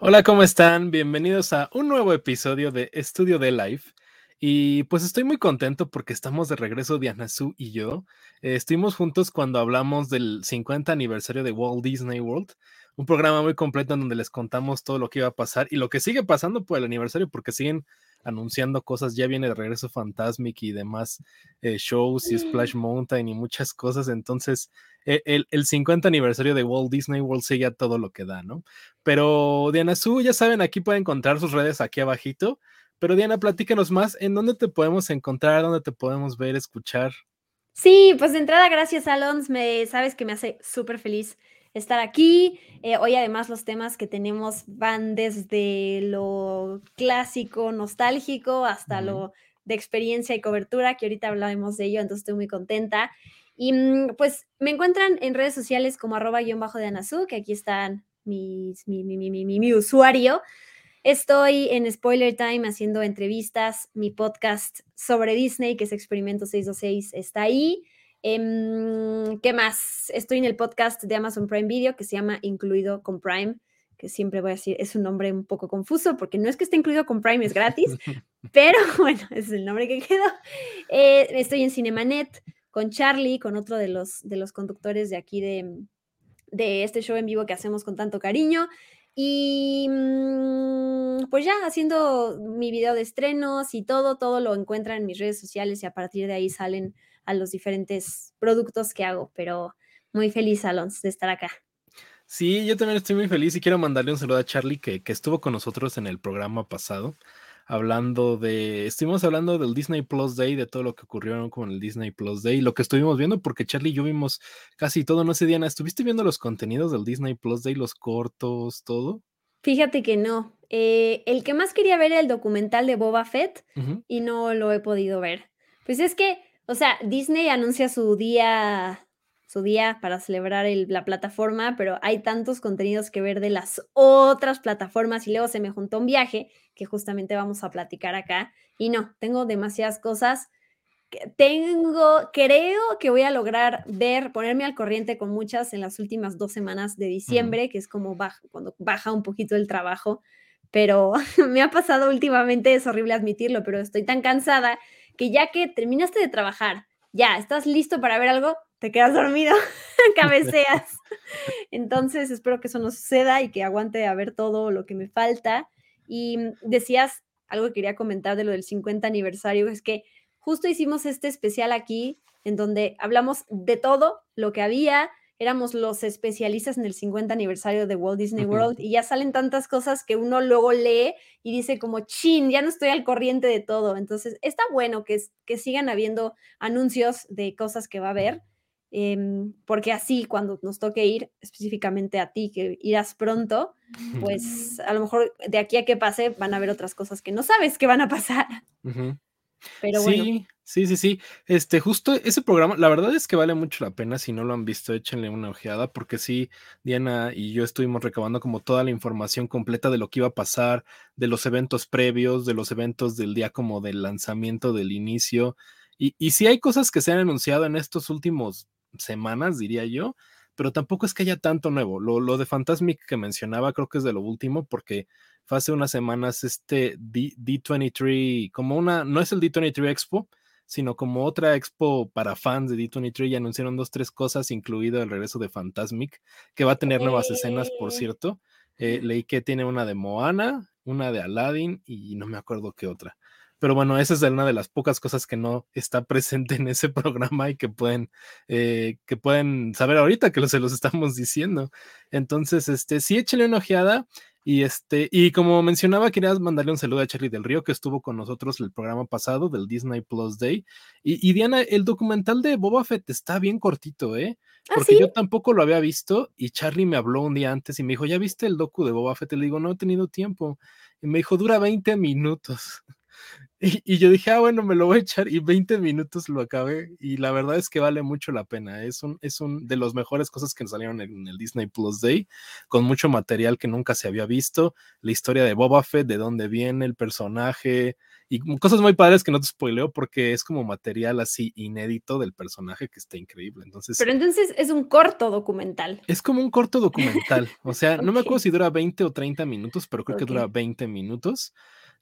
Hola, ¿cómo están? Bienvenidos a un nuevo episodio de Estudio de Life. Y pues estoy muy contento porque estamos de regreso Diana Su y yo. Estuvimos juntos cuando hablamos del 50 aniversario de Walt Disney World, un programa muy completo en donde les contamos todo lo que iba a pasar y lo que sigue pasando por el aniversario porque siguen anunciando cosas. Ya viene de regreso Fantasmic y demás shows y Splash Mountain y muchas cosas. Entonces, el 50 aniversario de Walt Disney World sigue a todo lo que da, ¿no? Pero Diana Su, ya saben, aquí pueden encontrar sus redes aquí abajito. Pero Diana, platícanos más, ¿en dónde te podemos encontrar? ¿Dónde te podemos ver, escuchar? Sí, pues de entrada, gracias, Alons. Sabes que me hace súper feliz estar aquí. Hoy además los temas que tenemos van desde lo clásico, nostálgico, hasta Ujú. lo de experiencia y cobertura, que ahorita hablaremos de ello, entonces estoy muy contenta. Y pues me encuentran en redes sociales como @_Dianasu, que aquí están mi usuario. Estoy en Spoiler Time haciendo entrevistas. Mi podcast sobre Disney, que es Experimento 626, está ahí. ¿Qué más? Estoy en el podcast de Amazon Prime Video que se llama Incluido con Prime, que siempre voy a decir, es un nombre un poco confuso porque no es que esté incluido con Prime, es gratis, pero bueno, es el nombre que quedó. Estoy en Cinemanet con Charlie, con otro de los conductores de aquí de este show en vivo que hacemos con tanto cariño. Y pues ya haciendo mi video de estrenos y todo lo encuentran en mis redes sociales y a partir de ahí salen a los diferentes productos que hago, pero muy feliz, Alons, de estar acá. Sí, yo también estoy muy feliz y quiero mandarle un saludo a Charlie que estuvo con nosotros en el programa pasado, estuvimos hablando del Disney Plus Day, de todo lo que ocurrió con el Disney Plus Day, lo que estuvimos viendo, porque Charlie y yo vimos casi todo, no sé, Diana, ¿estuviste viendo los contenidos del Disney Plus Day, los cortos, todo? Fíjate que no. El que más quería ver era el documental de Boba Fett Ujú. y no lo he podido ver. Pues es que, o sea, Disney anuncia su día para celebrar la plataforma, pero hay tantos contenidos que ver de las otras plataformas y luego se me juntó un viaje que justamente vamos a platicar acá y no, tengo demasiadas cosas creo que voy a lograr ponerme al corriente con muchas en las últimas 2 semanas de Ujú. diciembre, que es como cuando baja un poquito el trabajo, pero me ha pasado últimamente, es horrible admitirlo, pero estoy tan cansada que ya que terminaste de trabajar, ya estás listo para ver algo, te quedas dormido, cabeceas. Entonces, espero que eso no suceda y que aguante a ver todo lo que me falta. Y decías algo que quería comentar de lo del 50 aniversario, es que justo hicimos este especial aquí en donde hablamos de todo lo que había, éramos los especialistas en el 50 aniversario de Walt Disney World y ya salen tantas cosas que uno luego lee y dice como, chin, ya no estoy al corriente de todo. Entonces, está bueno que sigan habiendo anuncios de cosas que va a haber, porque así cuando nos toque ir, específicamente a ti, que irás pronto, pues a lo mejor de aquí a que pase van a haber otras cosas que no sabes que van a pasar. Ujú. Pero bueno, Sí, sí, sí, sí. Justo ese programa, la verdad es que vale mucho la pena. Si no lo han visto, échenle una ojeada, porque sí, Diana y yo estuvimos recabando como toda la información completa de lo que iba a pasar, de los eventos previos, de los eventos del día como del lanzamiento, del inicio. Y sí hay cosas que se han anunciado en estos últimos semanas, diría yo, pero tampoco es que haya tanto nuevo. Lo de Fantasmic que mencionaba, creo que es de lo último, porque fue hace unas semanas D23, no es el D23 Expo, sino como otra expo para fans de D23, y anunciaron dos, tres cosas, incluido el regreso de Fantasmic, que va a tener nuevas escenas, por eh, cierto. Leí que tiene una de Moana, una de Aladdin y no me acuerdo qué otra. Pero bueno, esa es una de las pocas cosas que no está presente en ese programa y que pueden saber ahorita que se los estamos diciendo. Entonces, sí, échenle una ojeada. Y como mencionaba, quería mandarle un saludo a Charlie del Río, que estuvo con nosotros el programa pasado del Disney Plus Day. Y Diana, el documental de Boba Fett está bien cortito, ¿eh? ah, Porque sí, yo tampoco lo había visto y Charlie me habló un día antes y me dijo, ¿ya viste el docu de Boba Fett? Y le digo, no he tenido tiempo. Y me dijo, dura 20 minutos. Y yo dije, bueno, me lo voy a echar y 20 minutos lo acabé y la verdad es que vale mucho la pena. Es un de los mejores cosas que nos salieron en el Disney Plus Day, con mucho material que nunca se había visto, la historia de Boba Fett, de dónde viene el personaje y cosas muy padres que no te spoileo porque es como material así inédito del personaje que está increíble. Entonces, Pero entonces es un corto documental. es como un corto documental. O sea, no me acuerdo Ok, si dura 20 o 30 minutos, pero creo que ok. dura 20 minutos.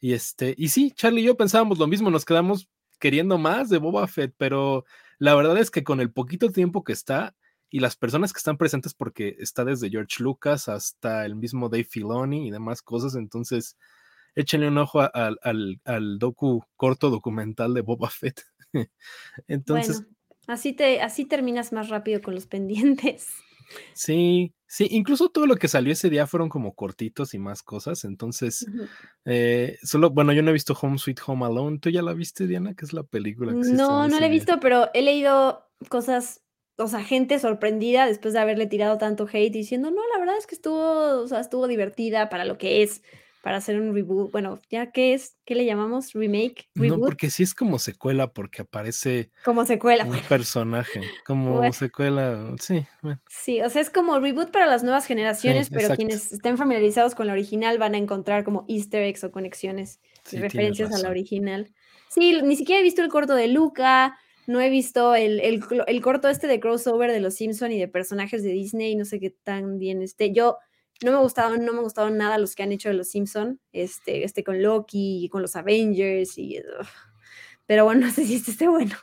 Y sí, Charlie y yo pensábamos lo mismo, nos quedamos queriendo más de Boba Fett, pero la verdad es que con el poquito tiempo que está y las personas que están presentes, porque está desde George Lucas hasta el mismo Dave Filoni y demás cosas, entonces échenle un ojo al docu corto documental de Boba Fett. Entonces, Bueno, así terminas más rápido con los pendientes. sí, sí, incluso todo lo que salió ese día fueron como cortitos y más cosas, entonces, Ujú. solo, bueno, yo no he visto Home Sweet Home Alone, ¿tú ya la viste, Diana? Que es la película que se estrenó No, no ese la he día. visto, pero he leído cosas, o sea, gente sorprendida después de haberle tirado tanto hate diciendo, no, la verdad es que estuvo, o sea, estuvo divertida para lo que es, para hacer un reboot. Bueno, ¿ya qué es? ¿Qué le llamamos? ¿Remake? No, ¿Reboot? porque sí es como secuela, porque aparece Como secuela. un personaje, como Bueno, secuela, sí, bueno, sí, o sea, es como reboot para las nuevas sí, generaciones, pero exacto, quienes estén familiarizados con la original van a encontrar como easter eggs o conexiones y sí, tienes referencias a la razón. original. Sí, ni siquiera he visto el corto de Luca, no he visto el corto este de crossover de los Simpson y de personajes de Disney, no sé qué tan bien esté. Yo no me gustaron nada los que han hecho de los Simpson, este con Loki y con los Avengers y pero bueno, no sé si este esté bueno.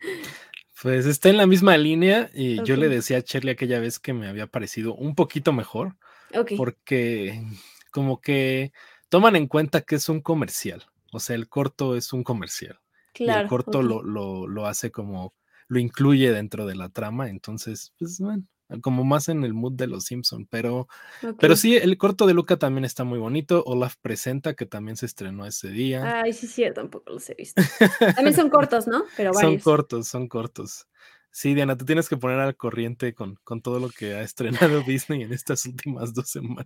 Pues está en la misma línea y yo le Ok, decía a Shirley aquella vez que me había parecido un poquito mejor, ok, porque como que toman en cuenta que es un comercial, o sea, el corto es un comercial y el claro, corto ok, lo hace como, lo incluye dentro de la trama, entonces, pues bueno, como más en el mood de los Simpson, ok. pero sí, el corto de Luca también está muy bonito, Olaf Presenta, que también se estrenó ese día. Ay, sí, cierto, tampoco los he visto. También son cortos, ¿no? Pero Son varios. cortos, son cortos. Sí, Diana, te tienes que poner al corriente con todo lo que ha estrenado Disney en estas últimas 2 semanas.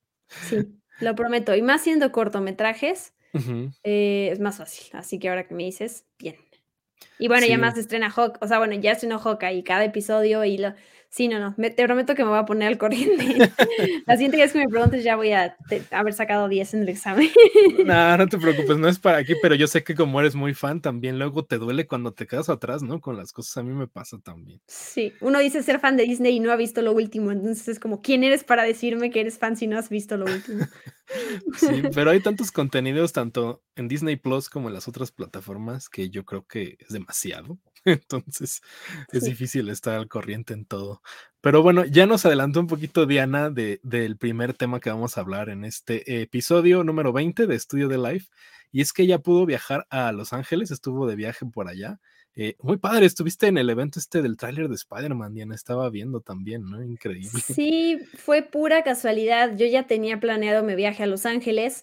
Sí, lo prometo. Y más siendo cortometrajes, Ujú. es más fácil. Así que ahora que me dices, bien. Y bueno, ya Sí. más se estrena Hawk, o sea, bueno, ya estrenó Hawkeye y cada episodio y lo sí, no, no, te prometo que me voy a poner al corriente. La siguiente vez que me preguntes ya voy a haber sacado 10 en el examen. No, no te preocupes, no es para aquí, pero yo sé que como eres muy fan, también luego te duele cuando te quedas atrás, ¿no? Con las cosas, a mí me pasa también. Sí, uno dice ser fan de Disney y no ha visto lo último, entonces es como, ¿quién eres para decirme que eres fan si no has visto lo último? Sí, pero hay tantos contenidos, tanto en Disney Plus como en las otras plataformas, que yo creo que es demasiado. Entonces, es Sí. difícil estar al corriente en todo. Pero bueno, ya nos adelantó un poquito Diana del primer tema que vamos a hablar en este episodio número 20 de Estudio de Life. Y es que ella pudo viajar a Los Ángeles, estuvo de viaje por allá. Muy padre, estuviste en el evento este del tráiler de Spider-Man, Diana, estaba viendo también, ¿no? Increíble. Sí, fue pura casualidad. Yo ya tenía planeado mi viaje a Los Ángeles,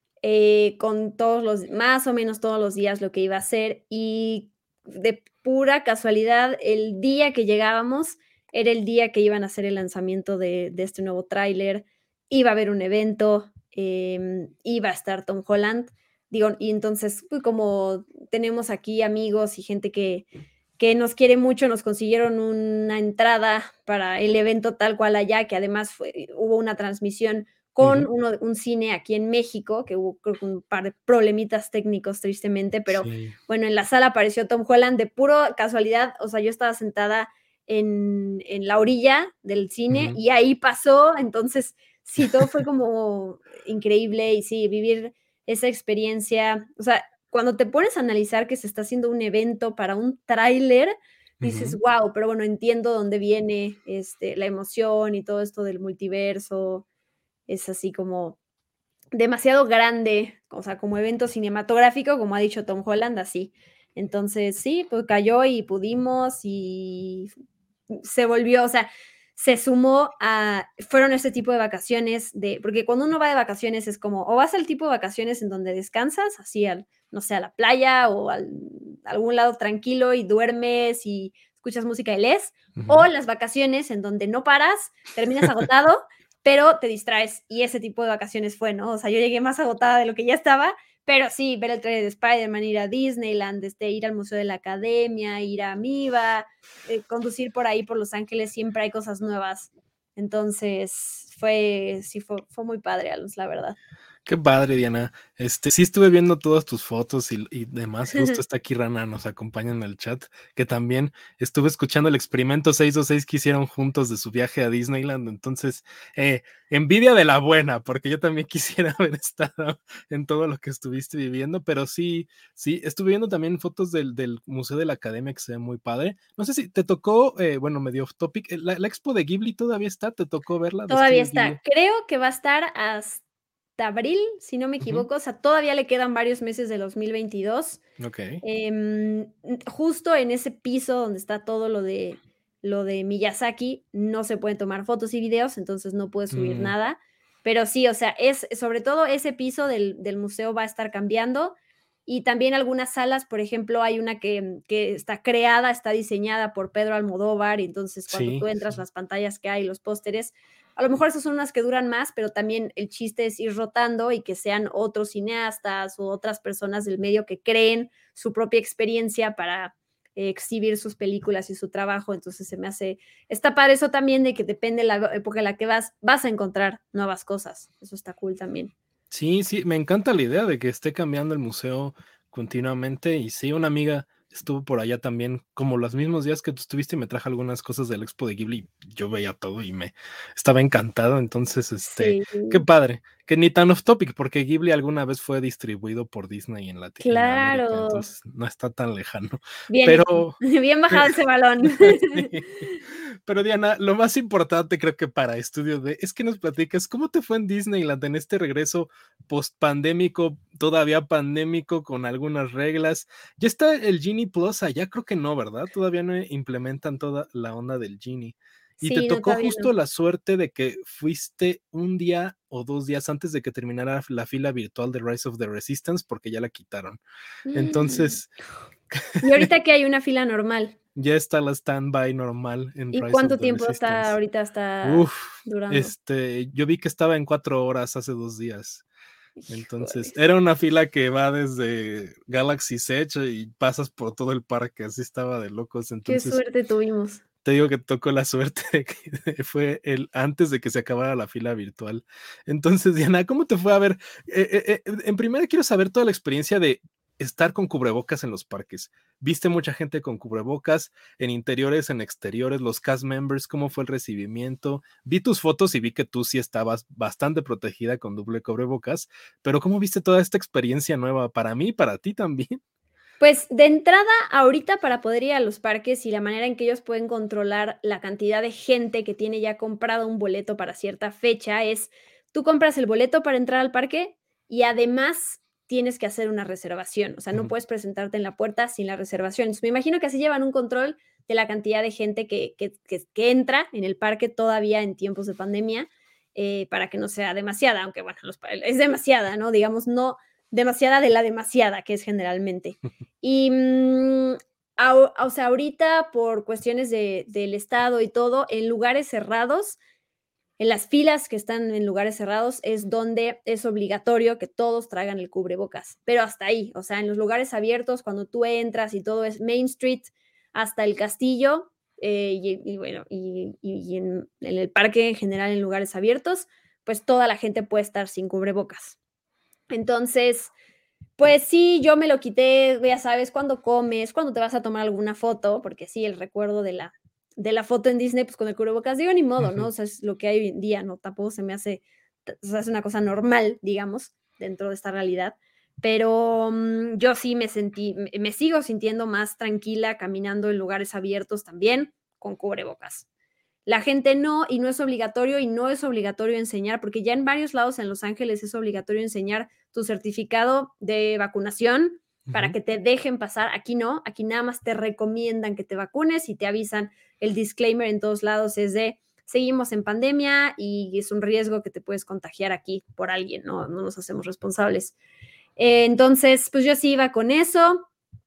con todos los más o menos todos los días lo que iba a hacer, y de pura casualidad, el día que llegábamos era el día que iban a hacer el lanzamiento de este nuevo tráiler, iba a haber un evento, iba a estar Tom Holland, digo, y entonces, pues, como tenemos aquí amigos y gente que nos quiere mucho, nos consiguieron una entrada para el evento tal cual allá, que además hubo una transmisión con Ujú. un cine aquí en México, que hubo creo que un par de problemitas técnicos tristemente, pero Sí. bueno, en la sala apareció Tom Holland de puro casualidad, o sea, yo estaba sentada en la orilla del cine Ujú. y ahí pasó, entonces sí, todo fue como increíble y sí, vivir esa experiencia, o sea, cuando te pones a analizar que se está haciendo un evento para un tráiler, dices: Ujú. "Guau", pero bueno, entiendo dónde viene, la emoción y todo esto del multiverso, es así como demasiado grande, o sea, como evento cinematográfico, como ha dicho Tom Holland, así. Entonces, sí, pues cayó y pudimos y se volvió, o sea, se sumó a fueron este tipo de vacaciones de porque cuando uno va de vacaciones es como, o vas al tipo de vacaciones en donde descansas, así al, no sé, a la playa o al algún lado tranquilo y duermes y escuchas música y lees, o Ujú. las vacaciones en donde no paras, terminas agotado, pero te distraes y ese tipo de vacaciones fue, ¿no? O sea, yo llegué más agotada de lo que ya estaba, pero sí, ver el trailer de Spider-Man, ir a Disneyland, ir al Museo de la Academia, ir a Miva, conducir por ahí por Los Ángeles, siempre hay cosas nuevas. Entonces, sí, fue muy padre, Alons, la verdad. Qué padre, Diana. Sí estuve viendo todas tus fotos y demás. Justo está aquí Rana, nos acompaña en el chat, que también estuve escuchando el experimento 626 que hicieron juntos de su viaje a Disneyland. Entonces, envidia de la buena, porque yo también quisiera haber estado en todo lo que estuviste viviendo, pero sí, sí, estuve viendo también fotos del Museo de la Academia que se ve muy padre. No sé si te tocó, bueno, medio off topic, la expo de Ghibli todavía está, ¿te tocó verla de Todavía Estudio Ghibli? está. Creo que va a estar hasta abril, si no me Ujú. equivoco. O sea, todavía le quedan varios meses de 2022. Ok. Justo en ese piso donde está todo lo de Miyazaki, no se pueden tomar fotos y videos, entonces no puedes subir Mm, nada. Pero sí, o sea, es sobre todo ese piso del museo va a estar cambiando. Y también algunas salas, por ejemplo, hay una que está creada, está diseñada por Pedro Almodóvar, y entonces cuando tú sí, entras, sí. las pantallas que hay, los pósteres, a lo mejor esas son unas que duran más, pero también el chiste es ir rotando y que sean otros cineastas o otras personas del medio que creen su propia experiencia para exhibir sus películas y su trabajo. Entonces se me hace, está padre eso también de que depende de la época en la que vas a encontrar nuevas cosas. Eso está cool también. Sí, sí, me encanta la idea de que esté cambiando el museo continuamente. Y sí, una amiga estuvo por allá también, como los mismos días que tú estuviste, y me trajo algunas cosas del Expo de Ghibli. Yo veía todo y me estaba encantado. Entonces, Sí, qué padre. Que ni tan off topic, porque Ghibli alguna vez fue distribuido por Disney en América, claro. entonces no está tan lejano. Bien, Pero bien bajado ese balón. sí. Pero Diana, lo más importante creo que para estudio de es que nos platicas cómo te fue en Disneyland en este regreso post pandémico, todavía pandémico con algunas reglas. Ya está el Genie Plus allá, creo que no, ¿verdad? Todavía no implementan toda la onda del Genie. Y te Sí, no, tocó todavía justo no. la suerte de que fuiste un día o 2 días antes de que terminara la fila virtual de Rise of the Resistance, porque ya la quitaron. Mm. Entonces, Y ahorita que hay una fila normal. ya está la standby normal en ¿Y Rise of cuánto the tiempo está Resistance. ahorita está Uf, durando? yo vi que estaba en 4 horas hace 2 días. Entonces, Híjoles, era una fila que va desde Galaxy's Edge y pasas por todo el parque, así estaba de locos. qué Entonces, suerte tuvimos. te digo que tocó la suerte de que fue el antes de que se acabara la fila virtual. Entonces, Diana, ¿cómo te fue a ver? En primera quiero saber toda la experiencia de estar con cubrebocas en los parques. ¿Viste mucha gente con cubrebocas en interiores, en exteriores, los cast members? ¿Cómo fue el recibimiento? Vi tus fotos y vi que tú sí estabas bastante protegida con doble cubrebocas, pero ¿cómo viste toda esta experiencia nueva para mí y para ti también? Pues, de entrada, ahorita para poder ir a los parques y la manera en que ellos pueden controlar la cantidad de gente que tiene ya comprado un boleto para cierta fecha es, tú compras el boleto para entrar al parque y además tienes que hacer una reservación, o sea, no Ujú. puedes presentarte en la puerta sin la reservación. Entonces, me imagino que así llevan un control de la cantidad de gente que entra en el parque todavía en tiempos de pandemia, para que no sea demasiada, aunque bueno, es demasiada, ¿no? Digamos, no demasiada de la demasiada, que es generalmente. Y, o sea, ahorita por cuestiones del estado y todo, en lugares cerrados, en las filas que están en lugares cerrados es donde es obligatorio que todos traigan el cubrebocas, pero hasta ahí, o sea, en los lugares abiertos, cuando tú entras y todo es Main Street hasta el castillo, y bueno, y en el parque en general, en lugares abiertos, pues toda la gente puede estar sin cubrebocas. Entonces, pues sí, yo me lo quité, ya sabes, cuando comes, cuando te vas a tomar alguna foto, porque sí, el recuerdo de la foto en Disney, pues con el cubrebocas, digo, ni modo, ¿no? O Ujú. sea, es lo que hay hoy en día, ¿no? Tampoco se me hace, o sea, es una cosa normal, digamos, dentro de esta realidad. Pero yo sí me sigo sintiendo más tranquila caminando en lugares abiertos también con cubrebocas. La gente no, y no es obligatorio, y no es obligatorio enseñar, porque ya en varios lados en Los Ángeles es obligatorio enseñar tu certificado de vacunación para Ujú. que te dejen pasar. Aquí no, aquí nada más te recomiendan que te vacunes y te avisan. El disclaimer en todos lados es de seguimos en pandemia y es un riesgo que te puedes contagiar aquí por alguien, no, no nos hacemos responsables. Entonces, pues yo sí iba con eso.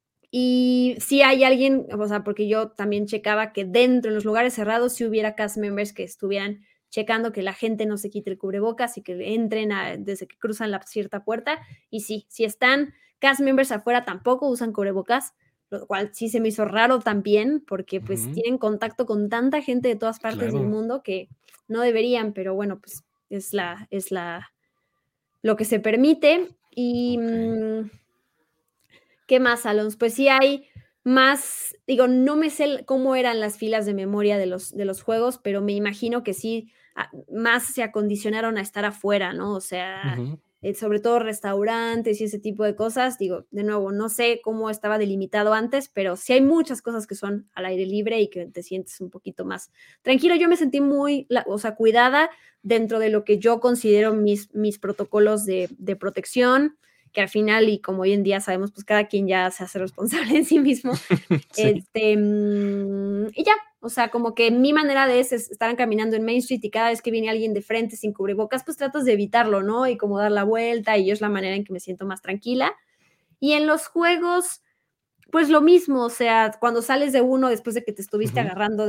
Y si hay alguien, o sea, porque yo también checaba que dentro, en los lugares cerrados, si hubiera cast members que estuvieran checando que la gente no se quite el cubrebocas y que entren desde que cruzan la cierta puerta. Y sí, si están cast members afuera, tampoco usan cubrebocas, lo cual sí se me hizo raro también, porque pues Ujú. tienen contacto con tanta gente de todas partes del Claro. mundo que no deberían, pero bueno, pues es lo que se permite. Y Ok. ¿qué más, Alonso? Pues sí hay más, digo, no me sé cómo eran las filas de memoria de los juegos, pero me imagino que sí, más se acondicionaron a estar afuera, ¿no? O sea, Ujú. sobre todo restaurantes y ese tipo de cosas. Digo, de nuevo, no sé cómo estaba delimitado antes, pero sí hay muchas cosas que son al aire libre y que te sientes un poquito más tranquilo. Yo me sentí muy, o sea, cuidada dentro de lo que yo considero mis protocolos de protección, que al final, y como hoy en día sabemos, pues cada quien ya se hace responsable en sí mismo. Sí. Y ya, o sea, como que mi manera de estar caminando en Main Street y cada vez que viene alguien de frente sin cubrebocas, pues tratas de evitarlo, ¿no? Y como dar la vuelta, y yo es la manera en que me siento más tranquila. Y en los juegos, pues lo mismo, o sea, cuando sales de uno después de que te estuviste Ujú. agarrando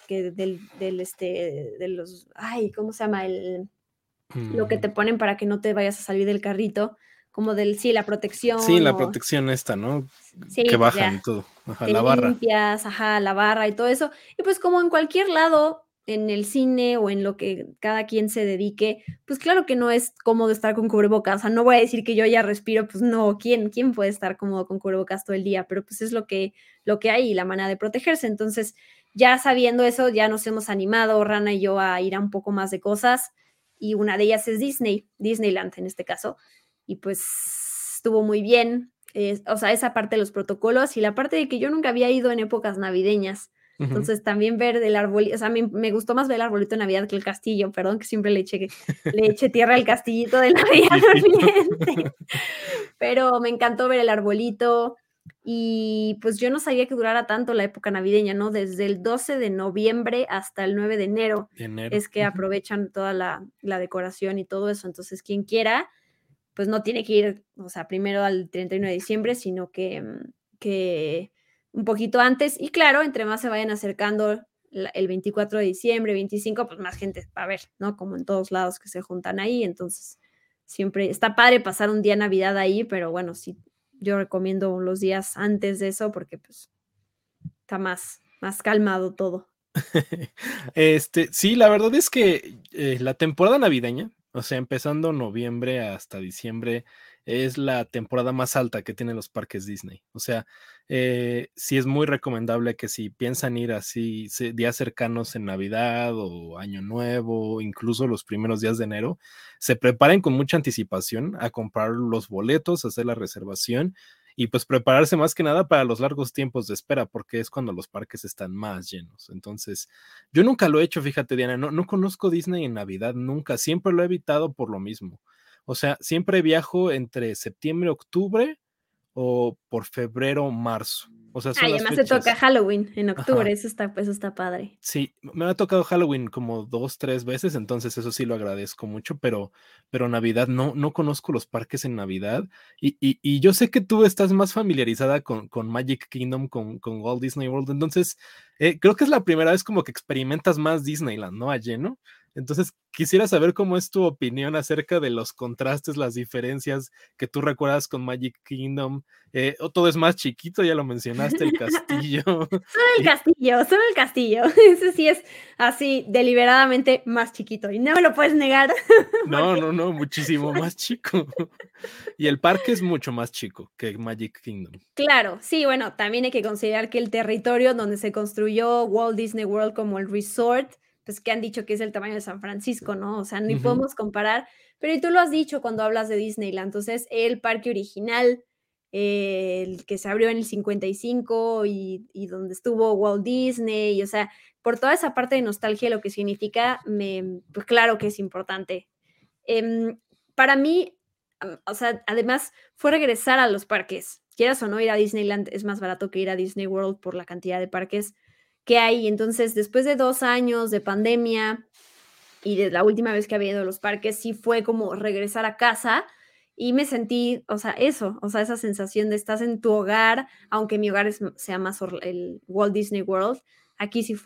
de los, ay, ¿cómo se llama? Lo que te Mm. ponen para que no te vayas a salir del carrito, como sí, la Sí, protección la o protección esta, ¿no? Que sí, pues bajan y ya, todo. Ajá, te la barra. limpias, ajá, la barra y todo eso. Y pues como en cualquier lado, en el cine o en lo que cada quien se dedique, pues claro que no es cómodo estar con cubrebocas. O sea, no voy a decir que yo ya respiro, pues no, ¿quién puede estar cómodo con cubrebocas todo el día? Pero pues es lo que hay y la manera de protegerse. Entonces, ya sabiendo eso, ya nos hemos animado, Rana y yo, a ir a un poco más de cosas. Y una de ellas es Disneyland en este caso. Y pues estuvo muy bien. O sea, esa parte de los protocolos y la parte de que yo nunca había ido en épocas navideñas. Ujú. Entonces también ver el arbolito, o sea, me gustó más ver el arbolito de Navidad que el castillo, perdón que siempre le eché tierra al castillito de Navidad Castillito. Durmiente, pero me encantó ver el arbolito y pues yo no sabía que durara tanto la época navideña, ¿no? Desde el 12 de noviembre hasta el 9 de enero De enero. es que Ujú. aprovechan toda la decoración y todo eso, entonces quien quiera pues no tiene que ir, o sea, primero al 31 de diciembre, sino que un poquito antes. Y claro, entre más se vayan acercando el 24 de diciembre, 25, pues más gente va a ver, ¿no? Como en todos lados que se juntan ahí. Entonces, siempre está padre pasar un día Navidad ahí, pero bueno, sí, yo recomiendo los días antes de eso porque pues está más calmado todo. Sí, la verdad es que la temporada navideña, o sea, empezando noviembre hasta diciembre, es la temporada más alta que tienen los parques Disney. O sea, sí es muy recomendable que si piensan ir así días cercanos en Navidad o Año Nuevo, incluso los primeros días de enero, se preparen con mucha anticipación a comprar los boletos, hacer la reservación y pues prepararse más que nada para los largos tiempos de espera, porque es cuando los parques están más llenos. Entonces, yo nunca lo he hecho, fíjate, Diana, no conozco Disney en Navidad, nunca, siempre lo he evitado por lo mismo. O sea, siempre viajo entre septiembre, octubre o por febrero, marzo. O sea, Ah, son y las además se toca fechas. Halloween en octubre, Ajá. eso está padre. Sí, me ha tocado Halloween como 2, 3 veces, entonces eso sí lo agradezco mucho, pero Navidad no conozco los parques en Navidad y yo sé que tú estás más familiarizada con Magic Kingdom, con Walt Disney World, entonces creo que es la primera vez como que experimentas más Disneyland, ¿no? A lleno. Entonces quisiera saber cómo es tu opinión acerca de los contrastes, las diferencias que tú recuerdas con Magic Kingdom. O todo es más chiquito, ya lo mencionaste, el castillo. y, Solo el castillo. Ese sí es así deliberadamente más chiquito y no me lo puedes negar No, porque no, muchísimo más chico. Y el parque es mucho más chico que Magic Kingdom. claro, sí, bueno, también hay que considerar que el territorio donde se construyó Walt Disney World como el resort, pues que han dicho que es el tamaño de San Francisco, ¿no? O sea, ni Ujú. podemos comparar, pero y tú lo has dicho cuando hablas de Disneyland, entonces el parque original, el que se abrió en el 55 y donde estuvo Walt Disney, y, o sea, por toda esa parte de nostalgia, lo que significa, pues claro que es importante. Em, para mí, o sea, además fue regresar a los parques. Quieras o no, ir a Disneyland es más barato que ir a Disney World por la cantidad de parques que hay. Entonces, después de 2 años de pandemia y de la última vez que había ido a los parques, sí fue como regresar a casa y me sentí, o sea, eso, o sea, esa sensación de estás en tu hogar, aunque mi hogar sea más el Walt Disney World, aquí sí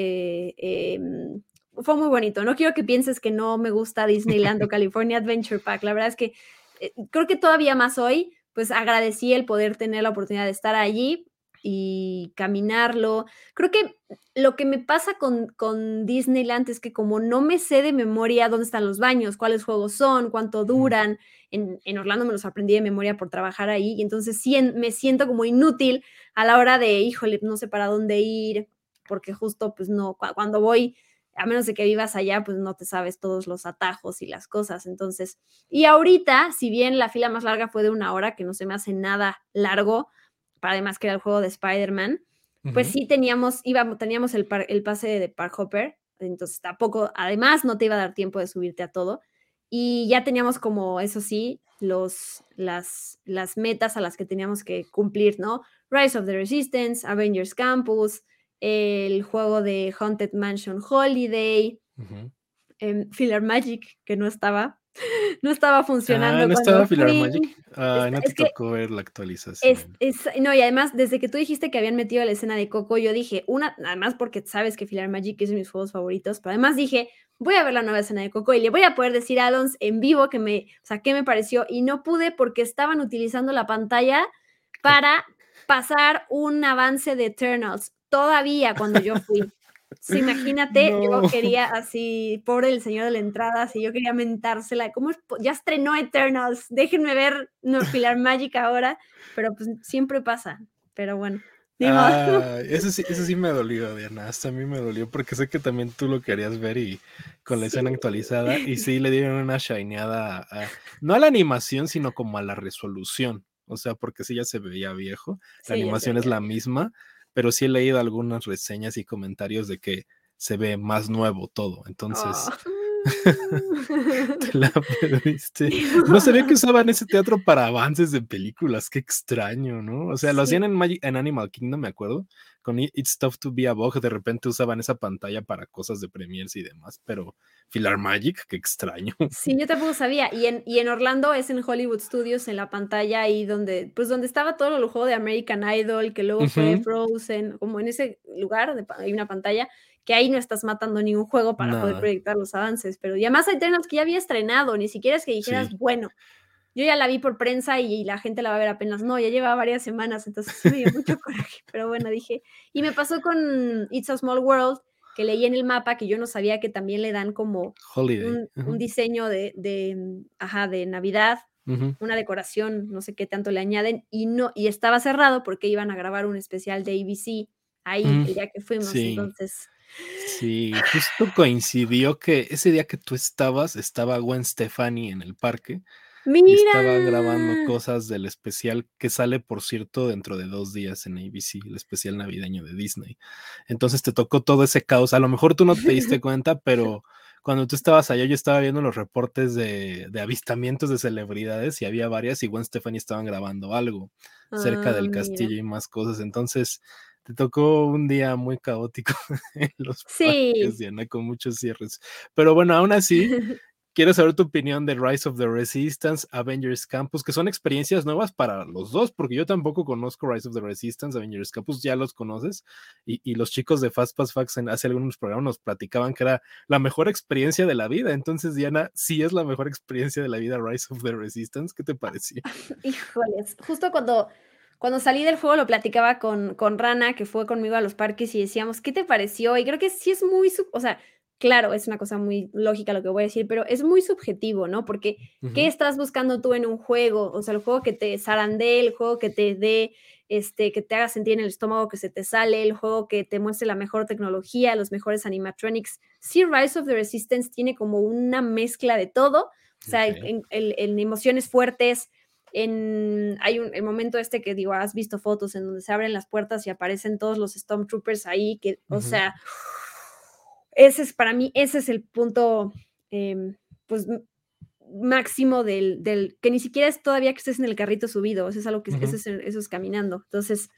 fue muy bonito. No quiero que pienses que no me gusta Disneyland o California Adventure Park. La verdad es que creo que todavía más hoy, pues agradecí el poder tener la oportunidad de estar allí y caminarlo. Creo que lo que me pasa con Disneyland es que como no me sé de memoria dónde están los baños, cuáles juegos son, cuánto duran, en Orlando me los aprendí de memoria por trabajar ahí, y entonces sí me siento como inútil a la hora de, híjole, no sé para dónde ir, porque justo pues no, cuando voy, a menos de que vivas allá, pues no te sabes todos los atajos y las cosas, entonces, y ahorita, si bien la fila más larga fue de 1 hora, que no se me hace nada largo, para además que era el juego de Spider-Man, pues sí teníamos el pase de Park Hopper, entonces tampoco, además no te iba a dar tiempo de subirte a todo, y ya teníamos como, eso sí, las metas a las que teníamos que cumplir, ¿no? Rise of the Resistance, Avengers Campus, el juego de Haunted Mansion Holiday, Filler Magic, que no estaba funcionando ¿No cuando estaba Filar fui. Magic? No te Es que tocó ver la actualización. no, y además, desde que tú dijiste que habían metido la escena de Coco, yo dije, además porque sabes que Filar Magic es de mis juegos favoritos, pero además dije, voy a ver la nueva escena de Coco y le voy a poder decir a Alons en vivo qué me pareció, y no pude porque estaban utilizando la pantalla para pasar un avance de Eternals, todavía cuando yo fui. Sí, imagínate, yo No. quería así, pobre el señor de la entrada, así yo quería mentársela, ¿cómo ya estrenó Eternals? Déjenme ver Filar Magic ahora, pero pues siempre pasa, pero bueno, ni modo. Eso sí me dolió, Diana. Hasta a mí me dolió porque sé que también tú lo querías ver y con la escena Sí. actualizada. Y sí le dieron una shineada no a la animación, sino como a la resolución. O sea, porque sí ya se veía viejo. La Sí, ya se animación es veía la bien. misma, pero sí he leído algunas reseñas y comentarios de que se ve más nuevo todo. Oh. Entonces, te la perdiste. Ni No sabía que modo. usaban ese teatro para avances de películas, qué extraño, ¿no? O sea, lo hacían Sí, en Animal Kingdom, me acuerdo, con It's Tough to Be a Bug, de repente usaban esa pantalla para cosas de premiers y demás, pero Filar Magic, qué extraño. sí, yo tampoco sabía. Y en Orlando es en Hollywood Studios, en la pantalla ahí donde estaba todo el juego de American Idol, que luego fue Ujú. Frozen, como en ese lugar hay una pantalla, que ahí no estás matando ningún juego para poder Nada, proyectar los avances. Pero y además hay Eternals que ya había estrenado, ni siquiera es que dijeras, sí. bueno, yo ya la vi por prensa y la gente la va a ver apenas. No, ya lleva varias semanas, entonces sí me dio mucho coraje. Pero bueno, dije. Y me pasó con It's a Small World, que leí en el mapa que yo no sabía que también le dan como Holiday. un diseño de Navidad, Ujú, una decoración, no sé qué tanto le añaden, y estaba cerrado porque iban a grabar un especial de ABC ahí ujú. el día que fuimos. Sí. Entonces, Sí, justo coincidió que ese día que tú estabas, estaba Gwen Stefani en el parque y ¡mira! estaban grabando cosas del especial que sale, por cierto, dentro de 2 días en ABC, el especial navideño de Disney. Entonces te tocó todo ese caos. A lo mejor tú no te diste cuenta, pero cuando tú estabas allá, yo estaba viendo los reportes de avistamientos de celebridades y había varias y Gwen Stefani estaban grabando algo cerca Ah, del mira. castillo y más cosas. Entonces te tocó un día muy caótico en los parques, Sí. Diana, con muchos cierres. Pero bueno, aún así, quiero saber tu opinión de Rise of the Resistance, Avengers Campus, que son experiencias nuevas para los dos, porque yo tampoco conozco Rise of the Resistance, Avengers Campus, ya los conoces, y los chicos de Fast Pass Facts hace algunos programas nos platicaban que era la mejor experiencia de la vida. Entonces, Diana, sí es la mejor experiencia de la vida Rise of the Resistance. ¿Qué te pareció? Híjoles, justo cuando salí del juego lo platicaba con Rana, que fue conmigo a los parques, y decíamos, ¿qué te pareció? Y creo que sí es muy, o sea, claro, es una cosa muy lógica lo que voy a decir, pero es muy subjetivo, ¿no? Porque, ¿qué Ujú, estás buscando tú en un juego? O sea, el juego que te zarandee, el juego que te dé, que te haga sentir en el estómago que se te sale, el juego que te muestre la mejor tecnología, los mejores animatronics. Sí, Rise of the Resistance tiene como una mezcla de todo, o sea, ok. en emociones fuertes, hay el momento este que digo, has visto fotos en donde se abren las puertas y aparecen todos los Stormtroopers ahí, que, o Ujú, sea, para mí, ese es el punto, pues, máximo que ni siquiera es todavía que estés en el carrito subido, eso es algo que, ujú. eso es caminando. Entonces,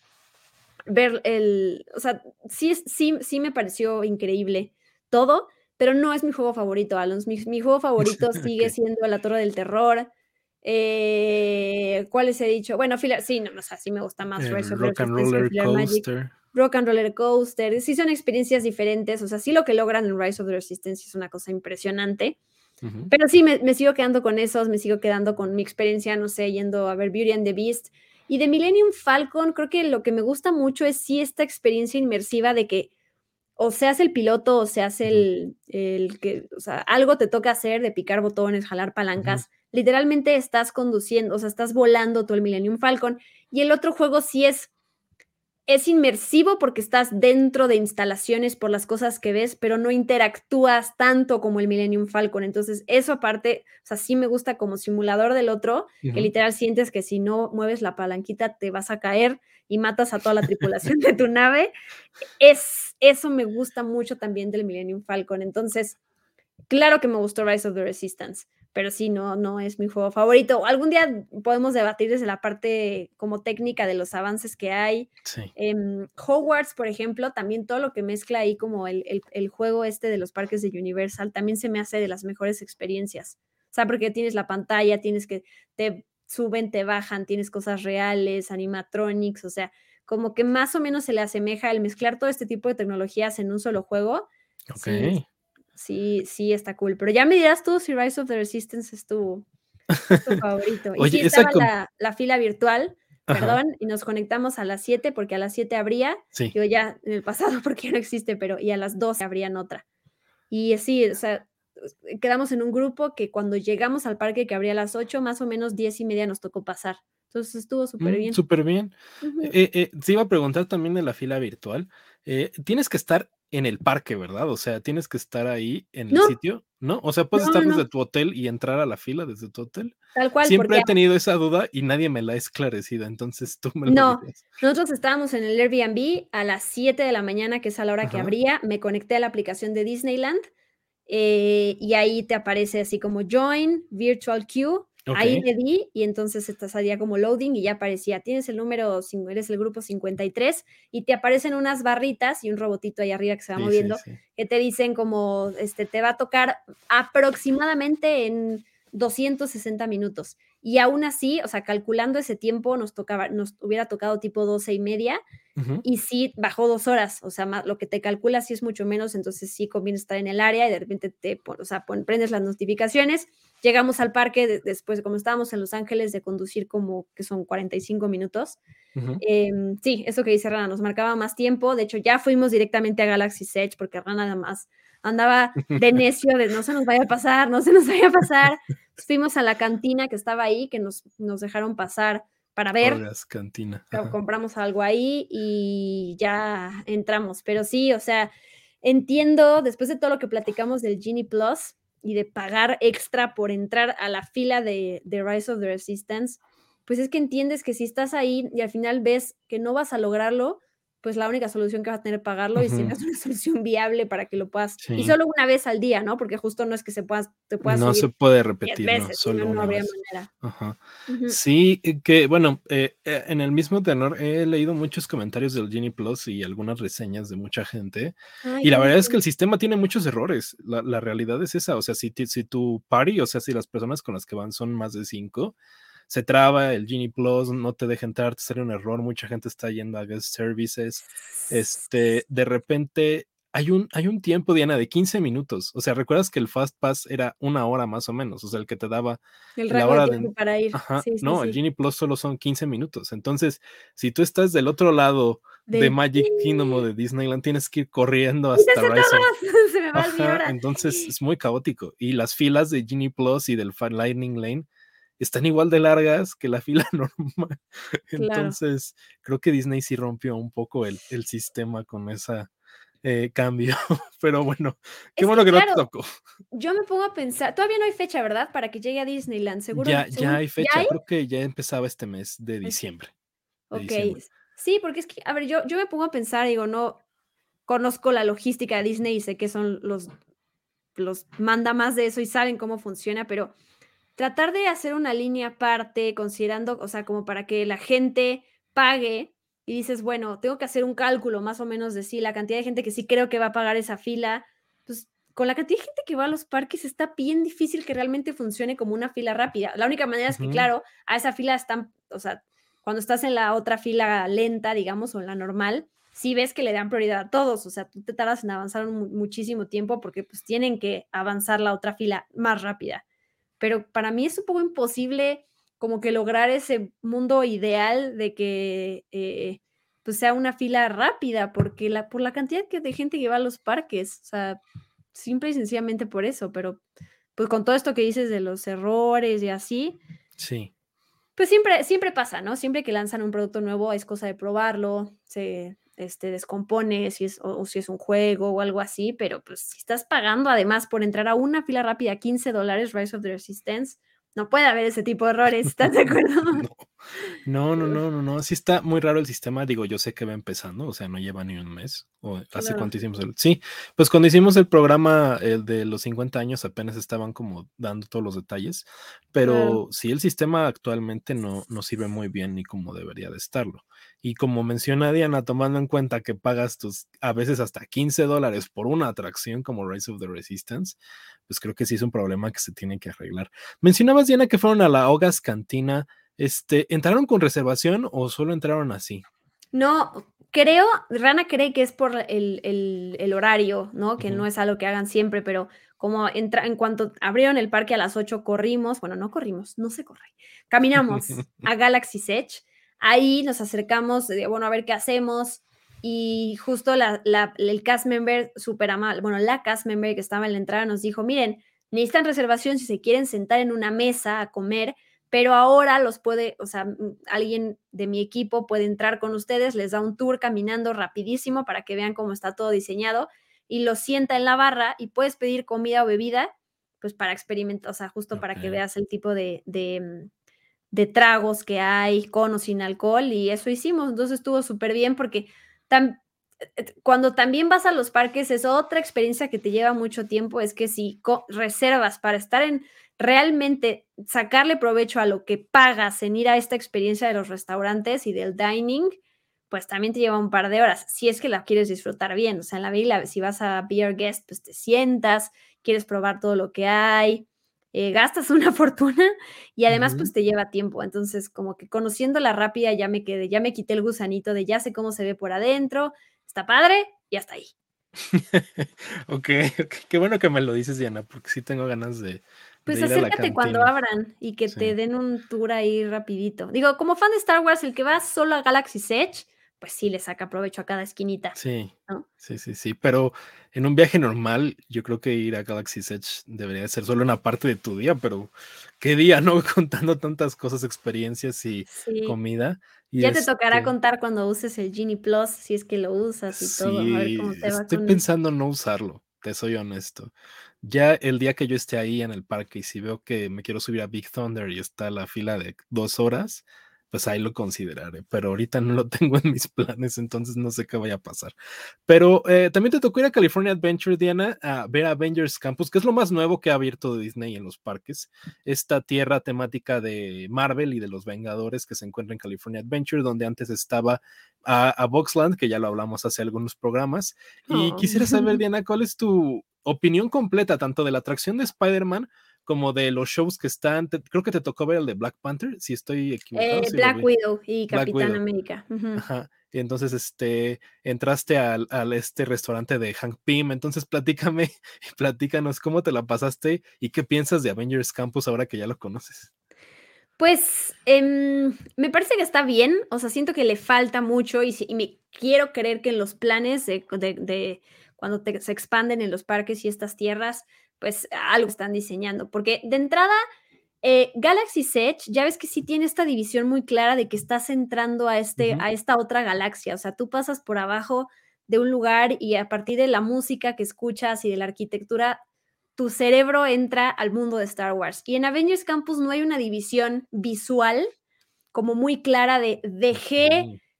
o sea, sí me pareció increíble todo, pero no es mi juego favorito, Alons. Mi juego favorito sigue Ok. siendo La Torre del Terror. ¿Cuáles he dicho? Bueno, sí, no, o sea, sí me gusta más Rise El of the Rock and Resistance que Roller Filler Magic. Coaster. Rock and Roller Coaster, sí son experiencias diferentes, o sea, sí lo que logran en Rise of the Resistance es una cosa impresionante, Ujú. pero sí me sigo quedando con esos, me sigo quedando con mi experiencia, no sé, yendo a ver Beauty and the Beast, Y de Millennium Falcon, creo que lo que me gusta mucho es sí esta experiencia inmersiva de que o seas el piloto o seas Ujú, el que, o sea, algo te toca hacer de picar botones, jalar ujú, palancas, literalmente estás conduciendo, o sea, estás volando tú el Millennium Falcon. Y el otro juego sí es inmersivo porque estás dentro de instalaciones por las cosas que ves, pero no interactúas tanto como el Millennium Falcon. Entonces, eso aparte, o sea, sí me gusta como simulador del otro, que ujú. literal sientes que si no mueves la palanquita te vas a caer y matas a toda la tripulación de tu nave. Eso me gusta mucho también del Millennium Falcon. Entonces, claro que me gustó Rise of the Resistance, pero sí, no es mi juego favorito. Algún día podemos debatir desde la parte como técnica de los avances que hay. Sí. Hogwarts, por ejemplo, también todo lo que mezcla ahí como el juego este de los parques de Universal, también se me hace de las mejores experiencias. O sea, porque tienes la pantalla, tienes que, te suben, te bajan, tienes cosas reales, animatronics, o sea, como que más o menos se le asemeja el mezclar todo este tipo de tecnologías en un solo juego. Ok. Sí, sí, está cool. Pero ya me dirás tú si Rise of the Resistance es tu favorito. Y sí, Oye, esa estaba la fila virtual, ajá, perdón, y nos conectamos a las 7 porque a las 7 abría, sí. yo ya en el pasado porque ya no existe, pero y a las 12 abrían otra. Y sí, o sea, quedamos en un grupo que cuando llegamos al parque que abría a las 8 más o menos 10:30 nos tocó pasar. Entonces estuvo súper bien. Súper bien. Ujú. Te iba a preguntar también de la fila virtual. Tienes que estar en el parque, ¿verdad? O sea, tienes que estar ahí en el No, sitio, ¿no? O sea, puedes no, no, estar desde no, tu hotel y entrar a la fila desde tu hotel. tal cual, Siempre porque he tenido esa duda y nadie me la ha esclarecido, entonces tú me lo no, dirás. nosotros estábamos en el Airbnb a las 7 de la mañana, que es a la hora que Ajá, abría, me conecté a la aplicación de Disneyland, y ahí te aparece así como Join, Virtual Queue, ahí okey. le di y entonces te salía como loading y ya aparecía, tienes el número, eres el grupo 53 y te aparecen unas barritas y un robotito ahí arriba que se va Sí, sí, moviendo, sí. que te dicen como, te va a tocar aproximadamente en 260 minutos. Y aún así, o sea, calculando ese tiempo, nos hubiera tocado tipo 12:30 Ujú, y sí bajó 2 horas, o sea, lo que te calcula sí es mucho menos, entonces sí conviene estar en el área y de repente o sea, prendes las notificaciones. Llegamos al parque después, como estábamos en Los Ángeles, de conducir como que son 45 minutos. ujú. Sí, eso que dice Rana, nos marcaba más tiempo. De hecho, ya fuimos directamente a Galaxy's Edge porque Rana nada más andaba de necio, de no se nos vaya a pasar, no se nos vaya a pasar. Fuimos a la cantina que estaba ahí, que nos dejaron pasar para ver, Horas cantina. Ajá. compramos algo ahí y ya entramos. Pero sí, o sea, entiendo, después de todo lo que platicamos del Genie Plus y de pagar extra por entrar a la fila de Rise of the Resistance, pues es que entiendes que si estás ahí y al final ves que no vas a lograrlo, pues la única solución que vas a tener es pagarlo y si no Ujú. es una solución viable para que lo puedas, y Sí. solo una vez al día, ¿no? Porque justo no es que te puedas No se subir puede 10 repetir, no, veces, si no, solo no una habría vez. manera. Ajá. Ujú. Sí, que bueno, en el mismo tenor he leído muchos comentarios del Genie Plus y algunas reseñas de mucha gente, Ay, y la ¿qué verdad es que dicen? el sistema tiene muchos errores. La realidad es esa, o sea, si tu party, o sea, si las personas con las que van son más de 5, se traba el Genie Plus, no te deja entrar, te sale un error, mucha gente está yendo a guest services, de repente hay un tiempo, Diana, de 15 minutos. O sea, ¿recuerdas que el Fast Pass era una hora más o menos? O sea, el que te daba El la rango de hora de... tiempo para ir. Ajá, Sí, sí, no, el sí. Genie Plus solo son 15 minutos. Entonces, si tú estás del otro lado de De Magic Kingdom o de Disneyland, tienes que ir corriendo hasta ¡quítense Rise of... todos! Se me va mi Ajá, hora. entonces es muy caótico. Y las filas de Genie Plus y del Lightning Lane están igual de largas que la fila normal. Claro. Entonces, creo que Disney sí rompió un poco el sistema con esa cambio. Pero bueno, qué Es que, bueno que no te claro, tocó. yo me pongo a pensar, todavía no hay fecha, ¿verdad? Para que llegue a Disneyland. Seguro, Ya según, hay ¿ya fecha, hay? creo que ya empezaba este mes de Okey, diciembre. De okey. diciembre. Sí, porque es que, a ver, yo me pongo a pensar, digo, no conozco la logística de Disney y sé que son los manda más de eso y saben cómo funciona, pero tratar de hacer una línea aparte, considerando, o sea, como para que la gente pague y dices, bueno, tengo que hacer un cálculo más o menos de sí, la cantidad de gente que sí creo que va a pagar esa fila, pues con la cantidad de gente que va a los parques está bien difícil que realmente funcione como una fila rápida. La única manera es que, Ujú, claro, a esa fila están, o sea, cuando estás en la otra fila lenta, digamos, o en la normal, sí ves que le dan prioridad a todos, o sea, tú te tardas en avanzar muchísimo tiempo porque pues tienen que avanzar la otra fila más rápida, pero para mí es un poco imposible como que lograr ese mundo ideal de que pues sea una fila rápida, porque por la cantidad de gente que va a los parques, o sea, simple y sencillamente por eso, pero pues con todo esto que dices de los errores y así, Sí. pues siempre pasa, ¿no? Siempre que lanzan un producto nuevo es cosa de probarlo, se descompone si es, o si es un juego o algo así, pero pues si estás pagando además por entrar a una fila rápida $15, Rise of the Resistance, no puede haber ese tipo de errores, ¿estás de acuerdo? No, no, no, no, no, no. Sí está muy raro el sistema. Digo, yo sé que va empezando, o sea, no lleva ni un mes. O hace Claro, cuánto hicimos el. Sí, pues cuando hicimos el programa, el de los 50 años, apenas estaban como dando todos los detalles. claro. Pero sí, el sistema actualmente no sirve muy bien ni como debería de estarlo. Y como menciona Diana, tomando en cuenta que pagas tus a veces hasta $15 por una atracción como Rise of the Resistance, pues creo que sí es un problema que se tiene que arreglar. Mencionabas, Diana, que fueron a la Ogas Cantina. ¿Entraron con reservación o solo entraron así? No, Rana cree que es por el horario, ¿no? Que no Ujú. es algo que hagan siempre, pero como en cuanto abrieron el parque a las 8 corrimos, bueno, no corrimos, no se corre, caminamos a Galaxy's Edge, ahí nos acercamos, bueno, a ver qué hacemos, y justo el cast member súper amable, bueno, la cast member que estaba en la entrada nos dijo, miren, necesitan reservación si se quieren sentar en una mesa a comer, pero ahora los puede, o sea, alguien de mi equipo puede entrar con ustedes, les da un tour caminando rapidísimo para que vean cómo está todo diseñado y los sienta en la barra y puedes pedir comida o bebida, pues para experimentar, o sea, justo para que Ok. veas el tipo de tragos que hay, con o sin alcohol, y eso hicimos. Entonces estuvo súper bien porque tam cuando también vas a los parques es otra experiencia que te lleva mucho tiempo, es que si reservas para estar en realmente sacarle provecho a lo que pagas en ir a esta experiencia de los restaurantes y del dining, pues también te lleva un par de horas, si es que la quieres disfrutar bien. O sea, en la villa, si vas a Beer Guest, pues te sientas, quieres probar todo lo que hay, gastas una fortuna y además Ujú. pues te lleva tiempo. Entonces, como que conociéndola rápida ya me quedé, ya me quité el gusanito de ya sé cómo se ve por adentro, está padre y hasta ahí. Ok, ok. Qué bueno que me lo dices, Diana, porque sí tengo ganas de Pues ir a la acércate cuando cantina. abran y que Sí. te den un tour ahí rapidito. Digo, como fan de Star Wars, el que va solo a Galaxy's Edge, pues sí le saca provecho a cada esquinita, Sí, ¿no? sí, sí, sí, pero en un viaje normal, yo creo que ir a Galaxy's Edge debería ser solo una parte de tu día, pero qué día, ¿no? Contando tantas cosas, experiencias y Sí. comida. Y Ya te tocará contar cuando uses el Genie Plus, si es que lo usas y todo, a ver sí, cómo te va estoy con eso. pensando no usarlo, te soy honesto. Ya el día que yo esté ahí en el parque y si veo que me quiero subir a Big Thunder y está la fila de 2 horas, pues ahí lo consideraré, pero ahorita no lo tengo en mis planes, entonces no sé qué vaya a pasar. Pero también te tocó ir a California Adventure, Diana, a ver Avengers Campus, que es lo más nuevo que ha abierto de Disney en los parques. Esta tierra temática de Marvel y de los Vengadores que se encuentra en California Adventure, donde antes estaba a Boxland, que ya lo hablamos hace algunos programas. Y Oh. quisiera saber, Diana, ¿cuál es tu opinión completa, tanto de la atracción de Spider-Man como de los shows que están? Creo que te tocó ver el de Black Panther, si estoy equivocado, si lo Black vi. Widow y Black Capitán Widow. América. Ujú. Ajá. Y entonces, entraste al restaurante de Hank Pym. Entonces, platícame y platícanos cómo te la pasaste y qué piensas de Avengers Campus ahora que ya lo conoces. Pues, me parece que está bien, o sea, siento que le falta mucho y me quiero creer que en los planes de cuando se expanden en los parques y estas tierras, pues algo están diseñando, porque de entrada, Galaxy's Edge, ya ves que sí tiene esta división muy clara de que estás entrando Ujú. a esta otra galaxia, o sea, tú pasas por abajo de un lugar y a partir de la música que escuchas y de la arquitectura tu cerebro entra al mundo de Star Wars. Y en Avengers Campus no hay una división visual como muy clara de dejé Ok.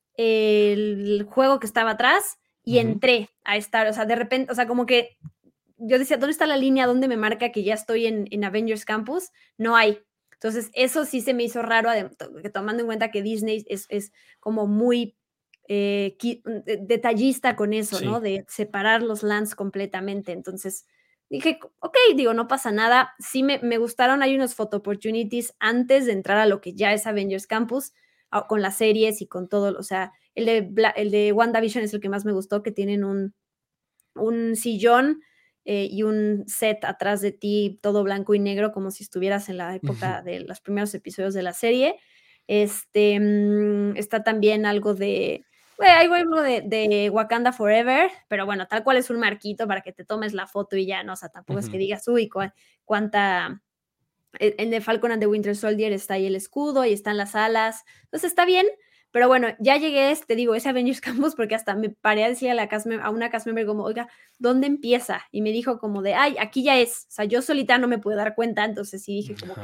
el juego que estaba atrás y Ujú. entré a estar, o sea, de repente, o sea, como que yo decía, ¿dónde está la línea? ¿Dónde me marca que ya estoy en Avengers Campus? No hay. Entonces, eso sí se me hizo raro, tomando en cuenta que Disney es como muy detallista con eso, ¿no? Sí. De separar los lands completamente. Entonces, dije, ok, digo, no pasa nada. Sí me gustaron, hay unos photo opportunities antes de entrar a lo que ya es Avengers Campus, con las series y con todo, o sea, el de WandaVision es el que más me gustó, que tienen un sillón y un set atrás de ti todo blanco y negro como si estuvieras en la época de los primeros episodios de la serie. Está también algo de... hay algo de Wakanda Forever, pero bueno, tal cual es un marquito para que te tomes la foto y ya, ¿no? O sea, tampoco es que digas, uy, cuánta... En The Falcon and the Winter Soldier está ahí el escudo y están las alas. Entonces está bien, pero bueno, ya llegué, te digo, ese Avengers Campus porque hasta me paré a decir a una cast member como, oiga, ¿dónde empieza? Y me dijo como de, ay, aquí ya es. O sea, yo solita no me puedo dar cuenta, entonces sí dije como, ok.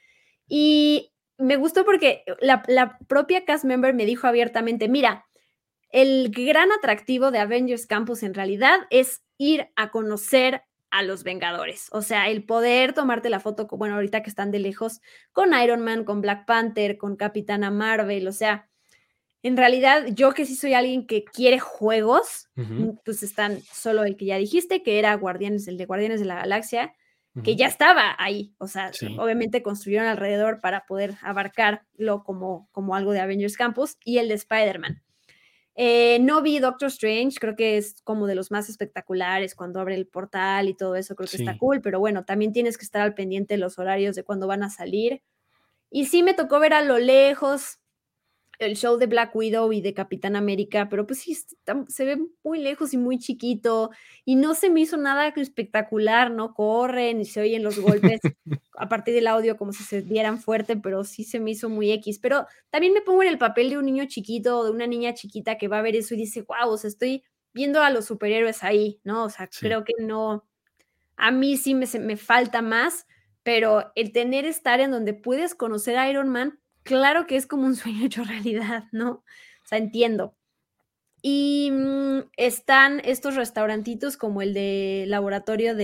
Y me gustó porque la propia cast member me dijo abiertamente, mira, el gran atractivo de Avengers Campus en realidad es ir a conocer a los Vengadores. O sea, el poder tomarte la foto, bueno, ahorita que están de lejos, con Iron Man, con Black Panther, con Capitana Marvel. O sea, en realidad yo que sí soy alguien que quiere juegos, pues están solo el que ya dijiste, que era el de Guardianes de la Galaxia, que ya estaba ahí. O sea, obviamente construyeron alrededor para poder abarcarlo como algo de Avengers Campus, y el de Spider-Man. No vi Doctor Strange, creo que es como de los más espectaculares cuando abre el portal y todo eso, creo que está cool, pero bueno, también tienes que estar al pendiente de los horarios de cuándo van a salir. Y sí me tocó ver a lo lejos el show de Black Widow y de Capitán América, pero pues sí, se ve muy lejos y muy chiquito, y no se me hizo nada espectacular, ¿no? Corren y se oyen los golpes a partir del audio como si se dieran fuerte, pero sí se me hizo muy X. Pero también me pongo en el papel de un niño chiquito o de una niña chiquita que va a ver eso y dice, wow, o sea, estoy viendo a los superhéroes ahí, ¿no? O sea, creo que no, a mí sí me falta más, pero el estar en donde puedes conocer a Iron Man, claro que es como un sueño hecho realidad, ¿no? O sea, entiendo. Y están estos restaurantitos como el de laboratorio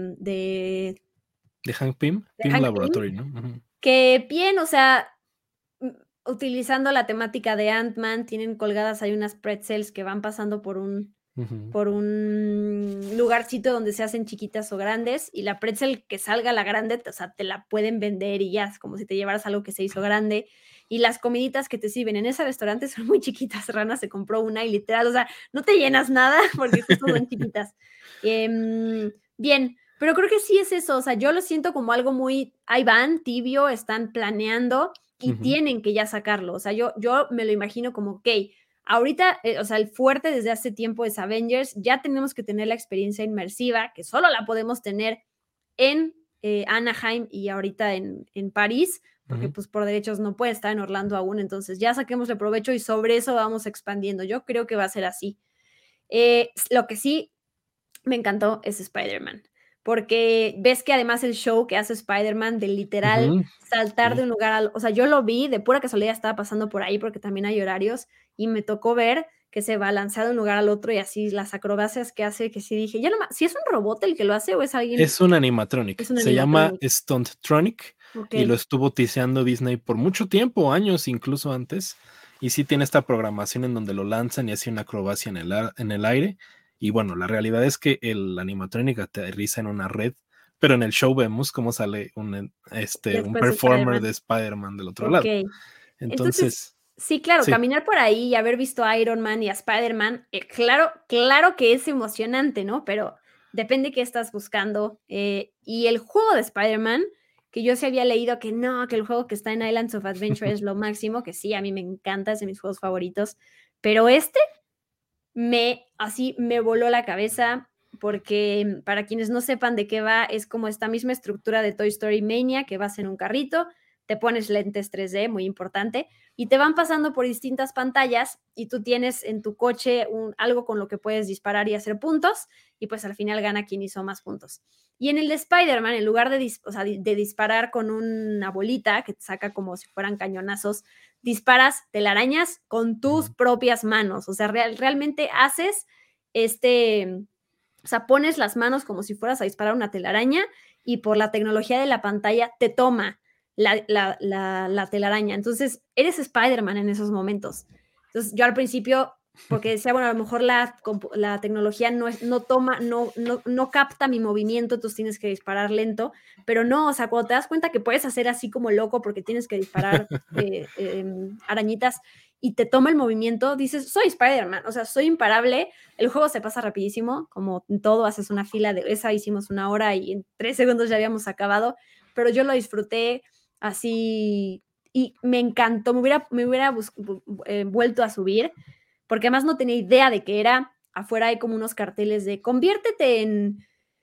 de Hank Pym, Pym Laboratory, ¿no? Que bien, o sea, utilizando la temática de Ant-Man, tienen colgadas hay unas pretzels que van pasando por un lugarcito donde se hacen chiquitas o grandes, y la pretzel que salga la grande, o sea, te la pueden vender y ya, es como si te llevaras algo que se hizo grande. Y las comiditas que te sirven en ese restaurante son muy chiquitas. Rana se compró una y literal, o sea, no te llenas nada porque justo son chiquitas. Bien, pero creo que sí es eso, o sea, yo lo siento como algo muy, ahí van, tibio, están planeando y tienen que ya sacarlo. O sea, yo me lo imagino como, ok, ahorita, o sea, el fuerte desde hace tiempo es Avengers, ya tenemos que tener la experiencia inmersiva, que solo la podemos tener en Anaheim y ahorita en París, porque pues por derechos no puede estar en Orlando aún, entonces ya saquemos el provecho y sobre eso vamos expandiendo. Yo creo que va a ser así. Lo que sí me encantó es Spider-Man, porque ves que además el show que hace Spider-Man de literal saltar de un lugar o sea, yo lo vi, de pura casualidad estaba pasando por ahí porque también hay horarios y me tocó ver que se va a lanzar de un lugar al otro y así las acrobacias que hace, que sí dije, ya nomás, si es un robot el que lo hace o es alguien. Es un animatronic, se llama Stunttronic y lo estuvo tiseando Disney por mucho tiempo, años incluso antes, y sí tiene esta programación en donde lo lanzan y hace una acrobacia en el aire. Y bueno, la realidad es que el animatronic aterriza en una red, pero en el show vemos cómo sale un performer de Spider-Man del otro lado. Entonces, sí, claro, caminar por ahí y haber visto a Iron Man y a Spider-Man, claro que es emocionante, ¿no? Pero depende qué estás buscando. Y el juego de Spider-Man, que yo se había leído que no, que el juego que está en Islands of Adventure es lo máximo, que sí, a mí me encanta, es de mis juegos favoritos, pero así me voló la cabeza, porque para quienes no sepan de qué va, es como esta misma estructura de Toy Story Mania, que vas en un carrito, te pones lentes 3D, muy importante, y te van pasando por distintas pantallas y tú tienes en tu coche algo con lo que puedes disparar y hacer puntos, y pues al final gana quien hizo más puntos. Y en el de Spider-Man, en lugar de disparar con una bolita que te saca como si fueran cañonazos, disparas telarañas con tus propias manos. O sea, realmente haces o sea, pones las manos como si fueras a disparar una telaraña y por la tecnología de la pantalla te toma la telaraña. Entonces, eres Spider-Man en esos momentos. Entonces, yo al principio, porque decía, bueno, a lo mejor la tecnología no capta mi movimiento, entonces tienes que disparar lento, pero no, o sea, cuando te das cuenta que puedes hacer así como loco porque tienes que disparar arañitas y te toma el movimiento, dices, soy Spider-Man, o sea, soy imparable, el juego se pasa rapidísimo, como en todo, haces una fila de esa, hicimos 1 hora y en 3 segundos ya habíamos acabado, pero yo lo disfruté así y me encantó, me hubiera vuelto a subir, porque además no tenía idea de qué era, afuera hay como unos carteles de conviértete en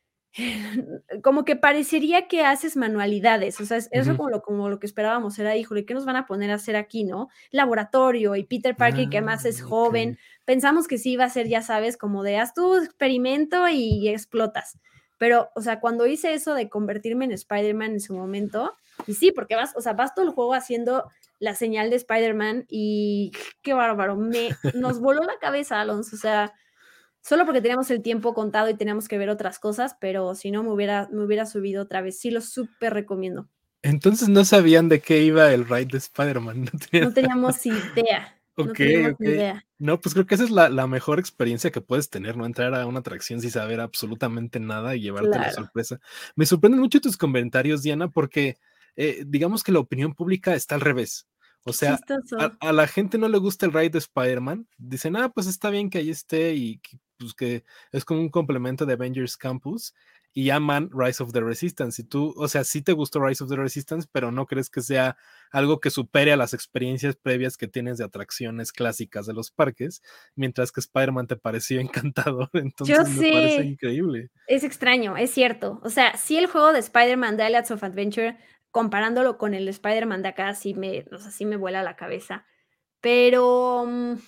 como que parecería que haces manualidades, o sea, eso Ujú. como lo que esperábamos, era, híjole, ¿qué nos van a poner a hacer aquí, no? Laboratorio y Peter Parker, que Ah, además es ok. joven, pensamos que sí iba a ser, ya sabes, como de haz tu experimento y explotas, pero, o sea, cuando hice eso de convertirme en Spider-Man en su momento, y sí, porque vas, o sea, vas todo el juego haciendo la señal de Spider-Man y qué bárbaro, nos voló la cabeza, Alonso, o sea, solo porque teníamos el tiempo contado y teníamos que ver otras cosas, pero si no me hubiera subido otra vez. Sí, lo súper recomiendo. Entonces no sabían de qué iba el ride de Spider-Man. No tenían. No teníamos idea, no Ok, teníamos ok. ni idea. No, pues creo que esa es la mejor experiencia que puedes tener, ¿no? Entrar a una atracción sin saber absolutamente nada y llevarte la Claro, sorpresa. Me sorprenden mucho tus comentarios, Diana, porque digamos que la opinión pública está al revés. O qué sea, chistoso. a la gente no le gusta el ride de Spider-Man. Dicen, ah, pues está bien que ahí esté y pues que es como un complemento de Avengers Campus. Y aman Rise of the Resistance. Y tú, o sea, sí te gustó Rise of the Resistance, pero no crees que sea algo que supere a las experiencias previas que tienes de atracciones clásicas de los parques, mientras que Spider-Man te pareció encantador, Yo entonces me parece sé, increíble. es extraño, es cierto. O sea, sí el juego de Spider-Man de Aliens of Adventure, comparándolo con el Spider-Man de acá, o sea, sí me vuela la cabeza. Pero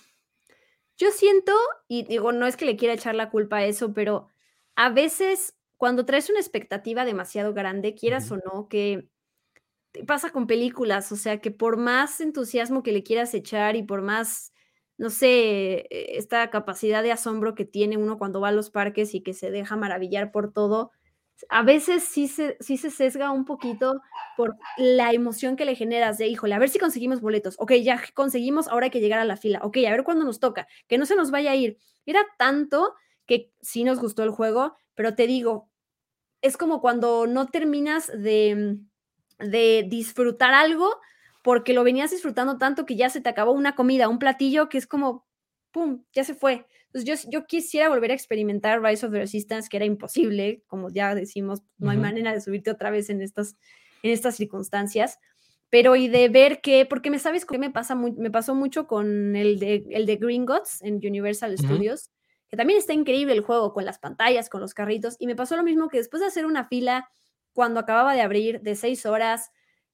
yo siento, y digo, no es que le quiera echar la culpa a eso, pero a veces cuando traes una expectativa demasiado grande, quieras Ujú, o no, que te pasa con películas, o sea, que por más entusiasmo que le quieras echar y por más, no sé, esta capacidad de asombro que tiene uno cuando va a los parques y que se deja maravillar por todo, a veces sí se sesga un poquito por la emoción que le generas de, híjole, a ver si conseguimos boletos, ok, ya conseguimos, ahora hay que llegar a la fila, ok, a ver cuándo nos toca, que no se nos vaya a ir. Era tanto que sí nos gustó el juego, pero te digo, es como cuando no terminas de disfrutar algo porque lo venías disfrutando tanto que ya se te acabó una comida, un platillo que es como, pum, ya se fue. Entonces yo quisiera volver a experimentar Rise of the Resistance, que era imposible, como ya decimos, no hay ujú. manera de subirte otra vez en estas circunstancias. Pero y de ver que, porque me sabes que me pasó mucho con el de Gringotts en Universal Ujú, Studios, que también está increíble el juego con las pantallas, con los carritos, y me pasó lo mismo que después de hacer una fila cuando acababa de abrir de 6 horas,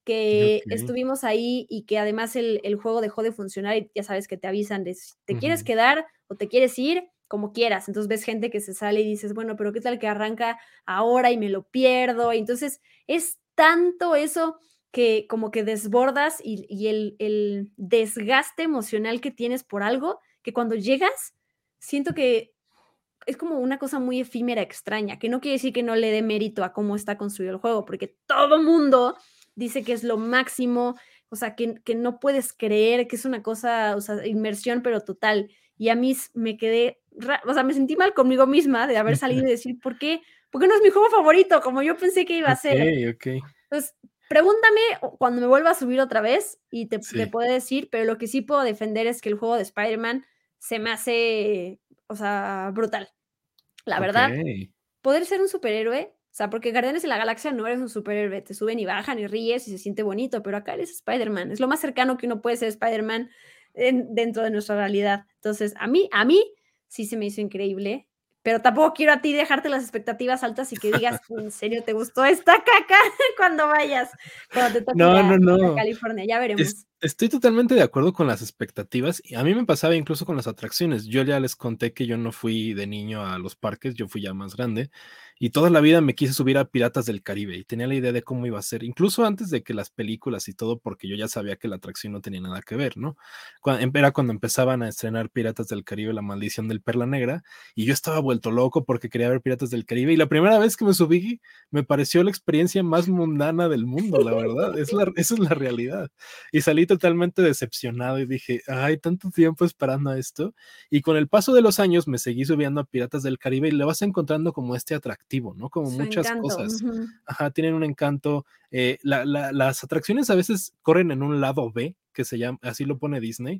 que ok, estuvimos ahí y que además el juego dejó de funcionar y ya sabes que te avisan de si te quieres ujú, quedar o te quieres ir, como quieras. Entonces ves gente que se sale y dices, bueno, pero ¿qué tal que arranca ahora y me lo pierdo? Y entonces es tanto eso que como que desbordas y el desgaste emocional que tienes por algo, que cuando llegas, siento que es como una cosa muy efímera, extraña, que no quiere decir que no le dé mérito a cómo está construido el juego, porque todo mundo dice que es lo máximo, o sea, que no puedes creer, que es una cosa, o sea, inmersión, pero total. Y a mí me quedé, o sea, me sentí mal conmigo misma de haber salido y decir, ¿por qué no es mi juego favorito? Como yo pensé que iba a ok, ser. ok, Entonces, pregúntame cuando me vuelva a subir otra vez y te sí, puedo decir, pero lo que sí puedo defender es que el juego de Spider-Man se me hace, o sea, brutal. La ok, verdad, poder ser un superhéroe, o sea, porque Guardianes de la Galaxia no eres un superhéroe, te suben y bajan y ríes y se siente bonito, pero acá eres Spider-Man, es lo más cercano que uno puede ser Spider-Man dentro de nuestra realidad. Entonces, a mí sí se me hizo increíble, pero tampoco quiero a ti dejarte las expectativas altas y que digas, ¿en serio te gustó esta caca cuando vayas, cuando te toque ir no, no, a no. California? Ya veremos. Estoy totalmente de acuerdo con las expectativas y a mí me pasaba incluso con las atracciones. Yo ya les conté que yo no fui de niño a los parques, yo fui ya más grande y toda la vida me quise subir a Piratas del Caribe y tenía la idea de cómo iba a ser, incluso antes de que las películas y todo, porque yo ya sabía que la atracción no tenía nada que ver, ¿no? Era cuando empezaban a estrenar Piratas del Caribe, La Maldición del Perla Negra, y yo estaba vuelto loco porque quería ver Piratas del Caribe y la primera vez que me subí me pareció la experiencia más mundana del mundo, la verdad, esa es la realidad. Y salí totalmente decepcionado y dije, ay, tanto tiempo esperando a esto. Y con el paso de los años me seguí subiendo a Piratas del Caribe y le vas encontrando como este atractivo, ¿no? Como Su muchas encanto. cosas. Ujú. Ajá, tienen un encanto. Las atracciones a veces corren en un lado B, que se llama, así lo pone Disney,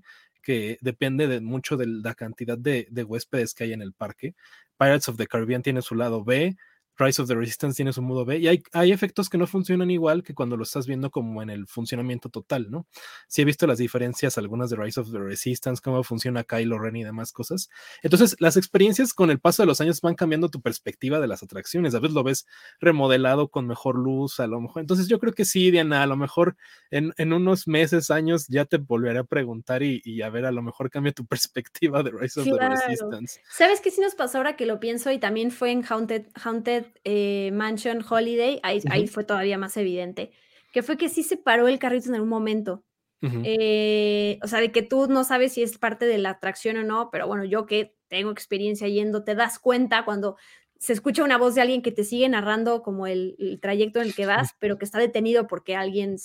que depende mucho de la cantidad de huéspedes que hay en el parque. Pirates of the Caribbean tiene su lado B, Rise of the Resistance tiene su modo B, y hay efectos que no funcionan igual que cuando lo estás viendo como en el funcionamiento total, ¿no? Sí he visto las diferencias, algunas de Rise of the Resistance, cómo funciona Kylo Ren y demás cosas. Entonces, las experiencias con el paso de los años van cambiando tu perspectiva de las atracciones. A veces lo ves remodelado con mejor luz, a lo mejor. Entonces, yo creo que sí, Diana, a lo mejor en unos meses, años, ya te volveré a preguntar y a ver, a lo mejor cambia tu perspectiva de Rise of the Claro. Resistance. ¿Sabes qué sí nos pasó ahora que lo pienso? Y también fue en Haunted Mansion Holiday, ahí fue todavía más evidente, que fue que sí se paró el carrito en algún momento. O sea, de que tú no sabes si es parte de la atracción o no, pero bueno, yo que tengo experiencia yendo, te das cuenta cuando se escucha una voz de alguien que te sigue narrando como el trayecto en el que vas, pero que está detenido porque alguien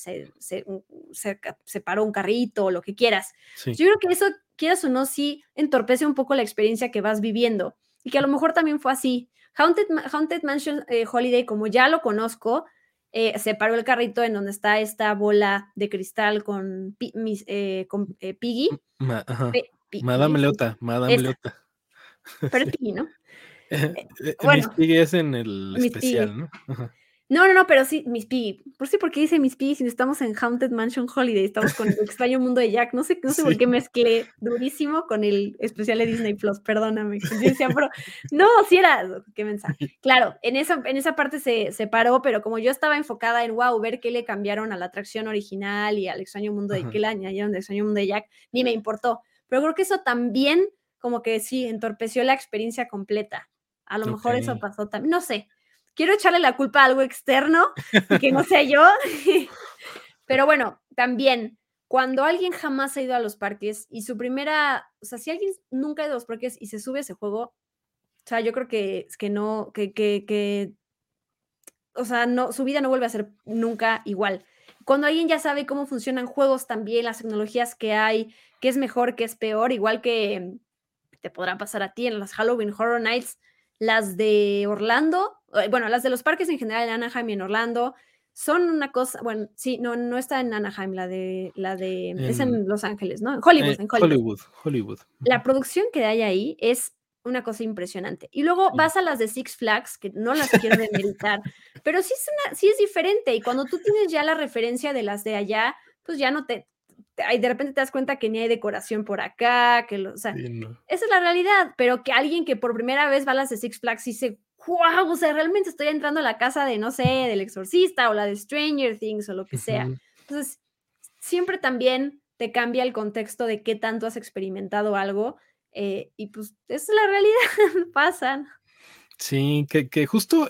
se paró un carrito o lo que quieras. Sí. Yo creo que eso, quieras o no, sí entorpece un poco la experiencia que vas viviendo y que a lo mejor también fue así. Haunted Mansion Holiday, como ya lo conozco, se paró el carrito en donde está esta bola de cristal con Piggy. Madame Piggy, sí, Leota, Madame esa, Leota. pero Sí. es Piggy, ¿no? Miss Bueno, Piggy es en el Miss especial, Piggy. ¿no? Ajá. No, pero sí, Miss Piggy. Por sí, porque dice Miss Piggy si estamos en Haunted Mansion Holiday, estamos con el extraño mundo de Jack. No sé por Sí. qué mezclé durísimo con el especial de Disney Plus, perdóname. Yo decía, pero no, si era, qué mensa. Claro, en esa parte se paró, pero como yo estaba enfocada en wow, ver qué le cambiaron a la atracción original y al extraño mundo de Ajá. qué le añadieron del extraño mundo de Jack, ni me importó. Pero creo que eso también, como que sí, entorpeció la experiencia completa. A lo mejor eso Ok. pasó también, no sé. Quiero echarle la culpa a algo externo que no sé yo, pero bueno, también cuando alguien jamás ha ido a los parques y su primera, o sea, si alguien nunca ha ido a los parques y se sube a ese juego, o sea, yo creo que es que no, o sea, no, su vida no vuelve a ser nunca igual. Cuando alguien ya sabe cómo funcionan juegos también, las tecnologías que hay, qué es mejor, qué es peor, igual que te podrá pasar a ti en las Halloween Horror Nights, las de Orlando, bueno, las de los parques en general en Anaheim y en Orlando, son una cosa, bueno, sí, no está en Anaheim, es En en Los Ángeles, ¿no? En Hollywood. Hollywood, Hollywood. La producción que hay ahí es una cosa impresionante. Y luego Sí. vas a las de Six Flags, que no las quiero demeritar, pero sí es diferente. Y cuando tú tienes ya la referencia de las de allá, pues ya no de repente te das cuenta que ni hay decoración por acá, o sea, Sí, no. esa es la realidad, pero que alguien que por primera vez va a las de Six Flags y dice, wow, o sea, realmente estoy entrando a la casa de, no sé, del Exorcista o la de Stranger Things o lo que sea. Ujú. Entonces, siempre también te cambia el contexto de qué tanto has experimentado algo y pues esa es la realidad, pasan. Sí, que justo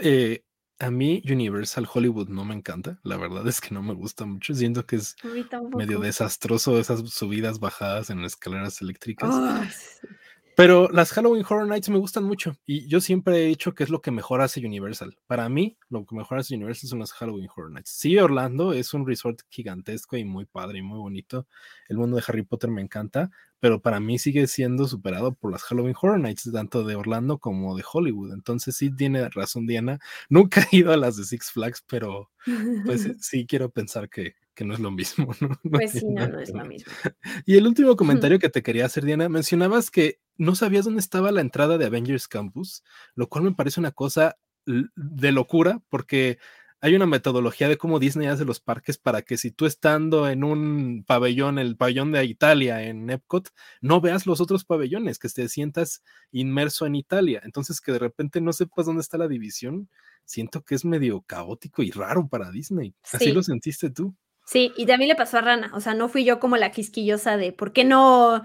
a mí Universal Hollywood no me encanta. La verdad es que no me gusta mucho. Siento que es A mí medio tampoco. desastroso esas subidas, bajadas en escaleras eléctricas. Ay, sí. Pero las Halloween Horror Nights me gustan mucho y yo siempre he dicho que es lo que mejor hace Universal. Para mí, lo que mejor hace Universal son las Halloween Horror Nights. Sí, Orlando es un resort gigantesco y muy padre y muy bonito. El mundo de Harry Potter me encanta, pero para mí sigue siendo superado por las Halloween Horror Nights, tanto de Orlando como de Hollywood. Entonces sí tiene razón Diana. Nunca he ido a las de Six Flags, pero pues sí quiero pensar que no es lo mismo, ¿no? No Pues tiene sí, no, nada no que es lo ver. mismo. Y el último comentario que te quería hacer, Diana, mencionabas que no sabías dónde estaba la entrada de Avengers Campus, lo cual me parece una cosa de locura, porque hay una metodología de cómo Disney hace los parques para que si tú estando en un pabellón, el pabellón de Italia en Epcot, no veas los otros pabellones, que te sientas inmerso en Italia. Entonces, que de repente no sepas dónde está la división, siento que es medio caótico y raro para Disney. ¿Así lo Sí, sentiste tú? sí, y también le pasó a Rana, o sea, no fui yo como la quisquillosa de por qué no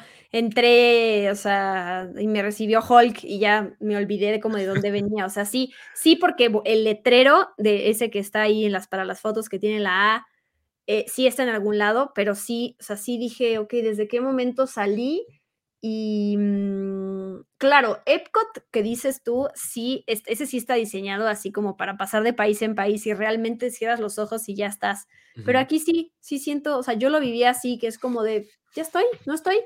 entré, o sea, y me recibió Hulk y ya me olvidé de como de dónde venía, o sea, sí, porque el letrero de ese que está ahí para las fotos que tiene la A, sí está en algún lado, pero sí, o sea, sí dije, ok, ¿desde qué momento salí? Y claro, Epcot, que dices tú, sí, ese sí está diseñado así como para pasar de país en país y realmente cierras los ojos y ya estás. Pero Ujú. aquí sí siento, o sea, yo lo viví así, que es como de, ya estoy, no estoy.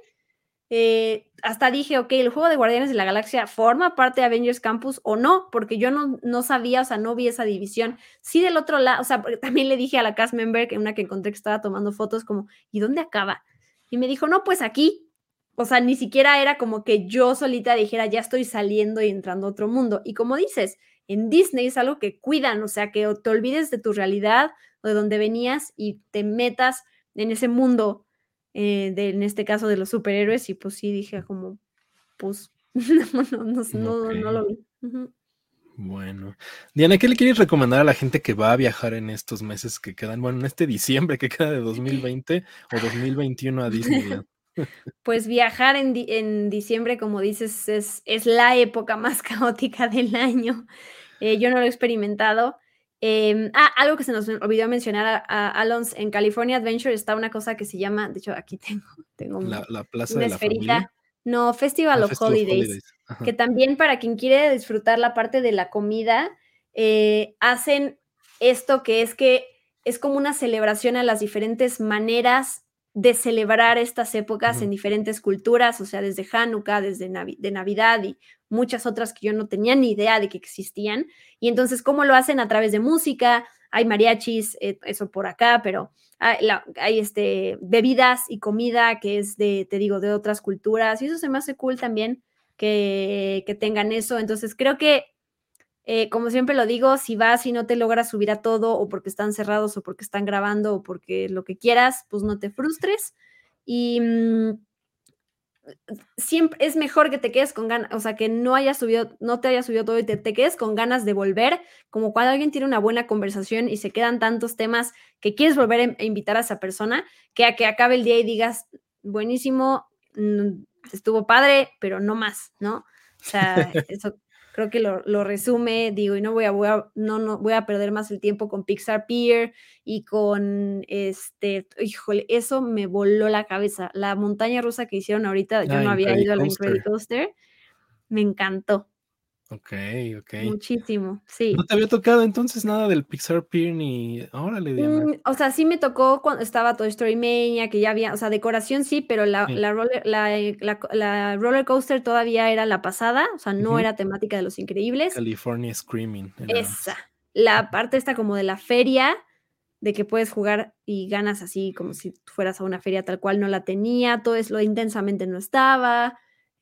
Hasta dije, ok, el juego de Guardianes de la Galaxia forma parte de Avengers Campus o no, porque yo no sabía, o sea, no vi esa división. Sí, del otro lado, o sea, porque también le dije a la cast member, que una que encontré que estaba tomando fotos, como, ¿y dónde acaba? Y me dijo, no, pues aquí. o sea, ni siquiera era como que yo solita dijera, ya estoy saliendo y entrando a otro mundo. Y como dices, en Disney es algo que cuidan, o sea, que te olvides de tu realidad o de donde venías y te metas en ese mundo, en este caso de los superhéroes. Y pues sí, dije como, pues, Ok, no lo vi. Ujú. bueno. Diana, ¿qué le quieres recomendar a la gente que va a viajar en estos meses que quedan, bueno, en este diciembre que queda de 2020 o 2021 a Disneyland? Pues viajar en diciembre, como dices, es la época más caótica del año. Yo no lo he experimentado. Algo que se nos olvidó mencionar a Alons, en California Adventure está una cosa que se llama, de hecho, aquí tengo La Plaza una de la Familia. esferita, no, Festival of Festival of Holidays, Holidays. Ajá. que también para quien quiere disfrutar la parte de la comida, hacen esto que es como una celebración a las diferentes maneras de celebrar estas épocas en Ujú. diferentes culturas, o sea, desde Hanukkah, desde de Navidad y muchas otras que yo no tenía ni idea de que existían. Y entonces, ¿cómo lo hacen? A través de música, hay mariachis, eso por acá, pero hay bebidas y comida que es te digo, de otras culturas, y eso se me hace cool también que tengan eso. Entonces, creo que como siempre lo digo, si vas y no te logras subir a todo, o porque están cerrados, o porque están grabando, o porque lo que quieras, pues no te frustres. Y siempre es mejor que te quedes con ganas, o sea, que no te hayas subido todo y te quedes con ganas de volver, como cuando alguien tiene una buena conversación y se quedan tantos temas que quieres volver a invitar a esa persona, que a que acabe el día y digas, buenísimo, estuvo padre, pero no más, ¿no? O sea, eso creo que lo resume, digo, y no voy a perder más el tiempo con Pixar Pier y con híjole, eso me voló la cabeza. La montaña rusa que hicieron ahorita, yo Ah, no había ido a la Incredicoaster. Incredicoaster, me encantó Ok, ok. muchísimo, ¿No sí. te había tocado entonces nada del Pixar Pier ni... Órale, Diana. O sea, sí me tocó cuando estaba Toy Story Mania, que ya había, o sea, decoración sí, pero Sí. la roller coaster todavía era la pasada, o sea, no Ujú. era temática de Los Increíbles. California Screaming era Esa. antes. La parte esta como de la feria, de que puedes jugar y ganas así como si fueras a una feria tal cual, no la tenía, todo es lo intensamente no estaba.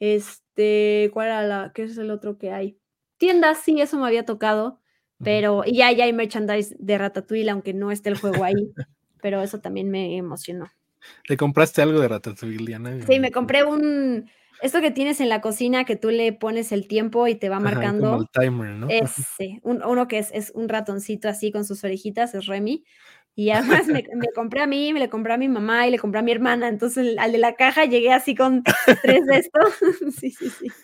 ¿Cuál era qué es el otro que hay? Tiendas, sí, eso me había tocado, Ujú. pero y ya hay merchandise de Ratatouille, aunque no esté el juego ahí, pero eso también me emocionó. ¿Te compraste algo de Ratatouille, Diana? Me Sí, me imagino. compré esto que tienes en la cocina que tú le pones el tiempo y te va Ajá, como el marcando. timer, ¿no? Ese, uno que es un ratoncito así con sus orejitas, es Remy. Y además me compré a mí, me le compré a mi mamá y le compré a mi hermana. Entonces, al de la caja llegué así con 3 de esto. Sí, sí, sí.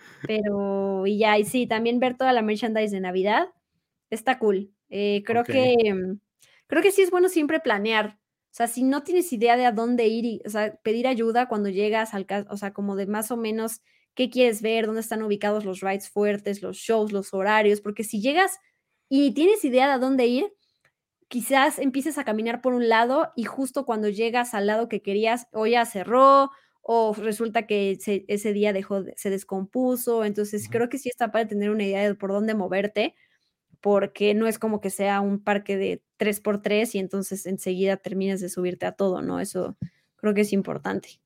Pero y ya, y sí, también ver toda la merchandise de Navidad está cool. Ok. Creo que sí es bueno siempre planear. O sea, si no tienes idea de a dónde ir y, o sea, pedir ayuda cuando llegas o sea, como de más o menos qué quieres ver, dónde están ubicados los rides fuertes, los shows, los horarios, porque si llegas y tienes idea de a dónde ir, quizás empieces a caminar por un lado y justo cuando llegas al lado que querías, o ya cerró, o resulta que ese día se descompuso. Entonces, Ujú. creo que sí está para tener una idea de por dónde moverte, porque no es como que sea un parque de 3x3 y entonces enseguida termines de subirte a todo, ¿no? Eso creo que es importante.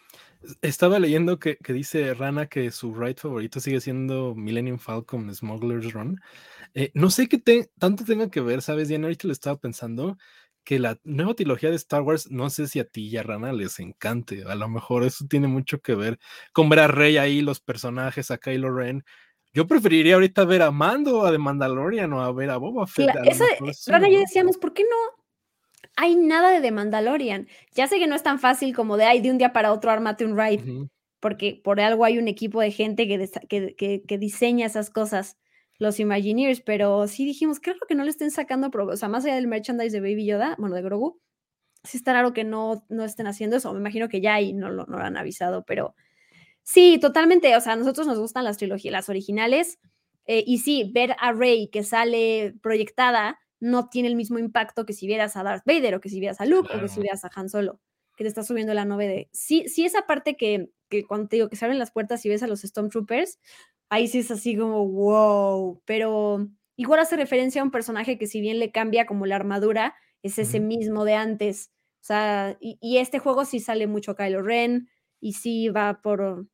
Estaba leyendo que dice Rana que su ride favorito sigue siendo Millennium Falcon Smuggler's Run. No sé qué tanto tenga que ver, ¿sabes, Diana? Ahorita lo estaba pensando, que la nueva trilogía de Star Wars, no sé si a ti y a Rana les encante. A lo mejor eso tiene mucho que ver con ver a Rey ahí, los personajes, a Kylo Ren. Yo preferiría ahorita ver a Mando, a The Mandalorian o a ver a Boba Fett. A lo Eso, mejor eso Rana no, y yo ¿no? decíamos, ¿por qué no hay nada de The Mandalorian? Ya sé que no es tan fácil como de un día para otro ármate un ride, Ujú. porque por algo hay un equipo de gente que diseña esas cosas, los Imagineers, pero sí dijimos, creo que no le estén sacando o sea, más allá del merchandise de Baby Yoda, bueno, de Grogu, sí está raro que no estén haciendo eso. Me imagino que ya ahí no lo han avisado, pero sí, totalmente. O sea, a nosotros nos gustan las trilogías, las originales. Y sí, ver a Rey que sale proyectada no tiene el mismo impacto que si vieras a Darth Vader o que si vieras a Luke o que si Claro. vieras a Han Solo, que te está subiendo la nave de. Sí, sí, esa parte que cuando te digo que se abren las puertas y ves a los Stormtroopers, ahí sí es así como wow. Pero igual hace referencia a un personaje que, si bien le cambia como la armadura, es ese Ujú. mismo de antes. O sea, y este juego sí sale mucho Kylo Ren. y sí va por...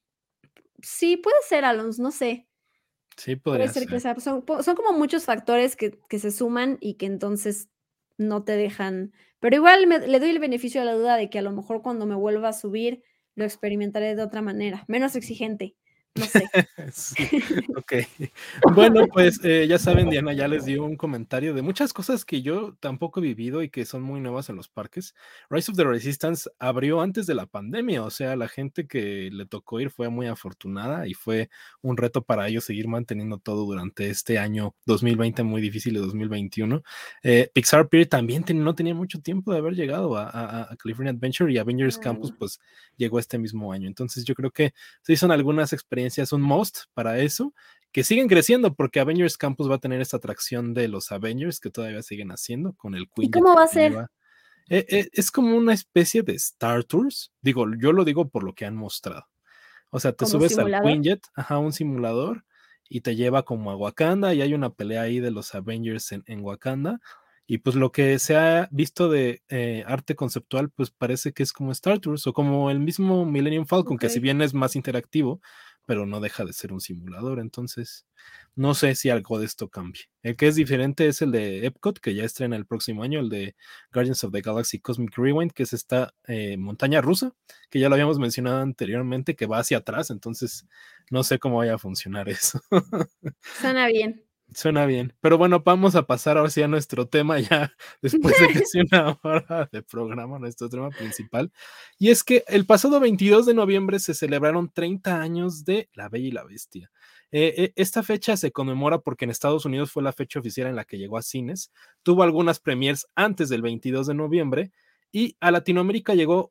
Sí, puede ser, Alonso, no sé. Sí, Puede podría ser que ser. sea, son como muchos factores que se suman y que entonces no te dejan, pero igual le doy el beneficio de la duda de que a lo mejor cuando me vuelva a subir lo experimentaré de otra manera, menos exigente, no sé. Sí, okey. Bueno, pues, ya saben, Diana ya les dio un comentario de muchas cosas que yo tampoco he vivido y que son muy nuevas en los parques. Rise of the Resistance abrió antes de la pandemia, o sea, la gente que le tocó ir fue muy afortunada y fue un reto para ellos seguir manteniendo todo durante este año 2020 muy difícil de 2021. Pixar Pier también no tenía mucho tiempo de haber llegado a California Adventure y Avengers Campus, Claro. pues, llegó este mismo año. Entonces, yo creo que sí son algunas experiencias un must para eso, que siguen creciendo porque Avengers Campus va a tener esta atracción de los Avengers que todavía siguen haciendo con el ¿Y Quinjet cómo que va a te ser? lleva. Es como una especie de Star Tours, digo, yo lo digo por lo que han mostrado. O sea, te ¿Como subes al simulador? Quinjet, ajá, un simulador, y te lleva como a Wakanda, y hay una pelea ahí de los Avengers en Wakanda. Y pues lo que se ha visto de arte conceptual, pues parece que es como Star Tours o como el mismo Millennium Falcon, que si Okey. bien es más interactivo, pero no deja de ser un simulador. Entonces, no sé si algo de esto cambie. El que es diferente es el de Epcot, que ya estrena el próximo año, el de Guardians of the Galaxy Cosmic Rewind, que es esta montaña rusa que ya lo habíamos mencionado anteriormente, que va hacia atrás, entonces no sé cómo vaya a funcionar eso. Suena bien. Suena bien, pero bueno, vamos a pasar ahora sí a nuestro tema ya después de casi una hora de programa, nuestro tema principal. Y es que el pasado 22 de noviembre se celebraron 30 años de La Bella y la Bestia. Esta fecha se conmemora porque en Estados Unidos fue la fecha oficial en la que llegó a cines, tuvo algunas premiers antes del 22 de noviembre y a Latinoamérica llegó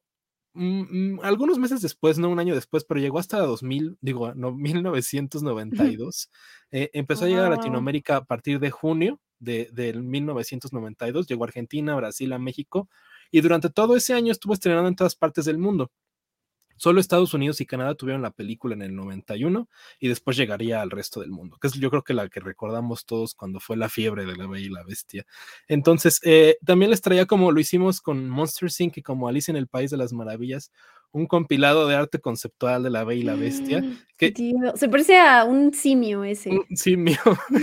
algunos meses después, no un año después, pero llegó hasta 2000, digo, no, 1992. Empezó a llegar a Guau. Latinoamérica a partir de junio del 1992, llegó a Argentina, Brasil, a México, y durante todo ese año estuvo estrenando en todas partes del mundo. Solo Estados Unidos y Canadá tuvieron la película en el 91 y después llegaría al resto del mundo, que es yo creo que la que recordamos todos cuando fue la fiebre de La Bella y la Bestia. Entonces, también les traía como lo hicimos con Monster Inc. y como Alice en el País de las Maravillas, un compilado de arte conceptual de La Bella y la Bestia, que Dios, se parece a un simio ese. sí, mío.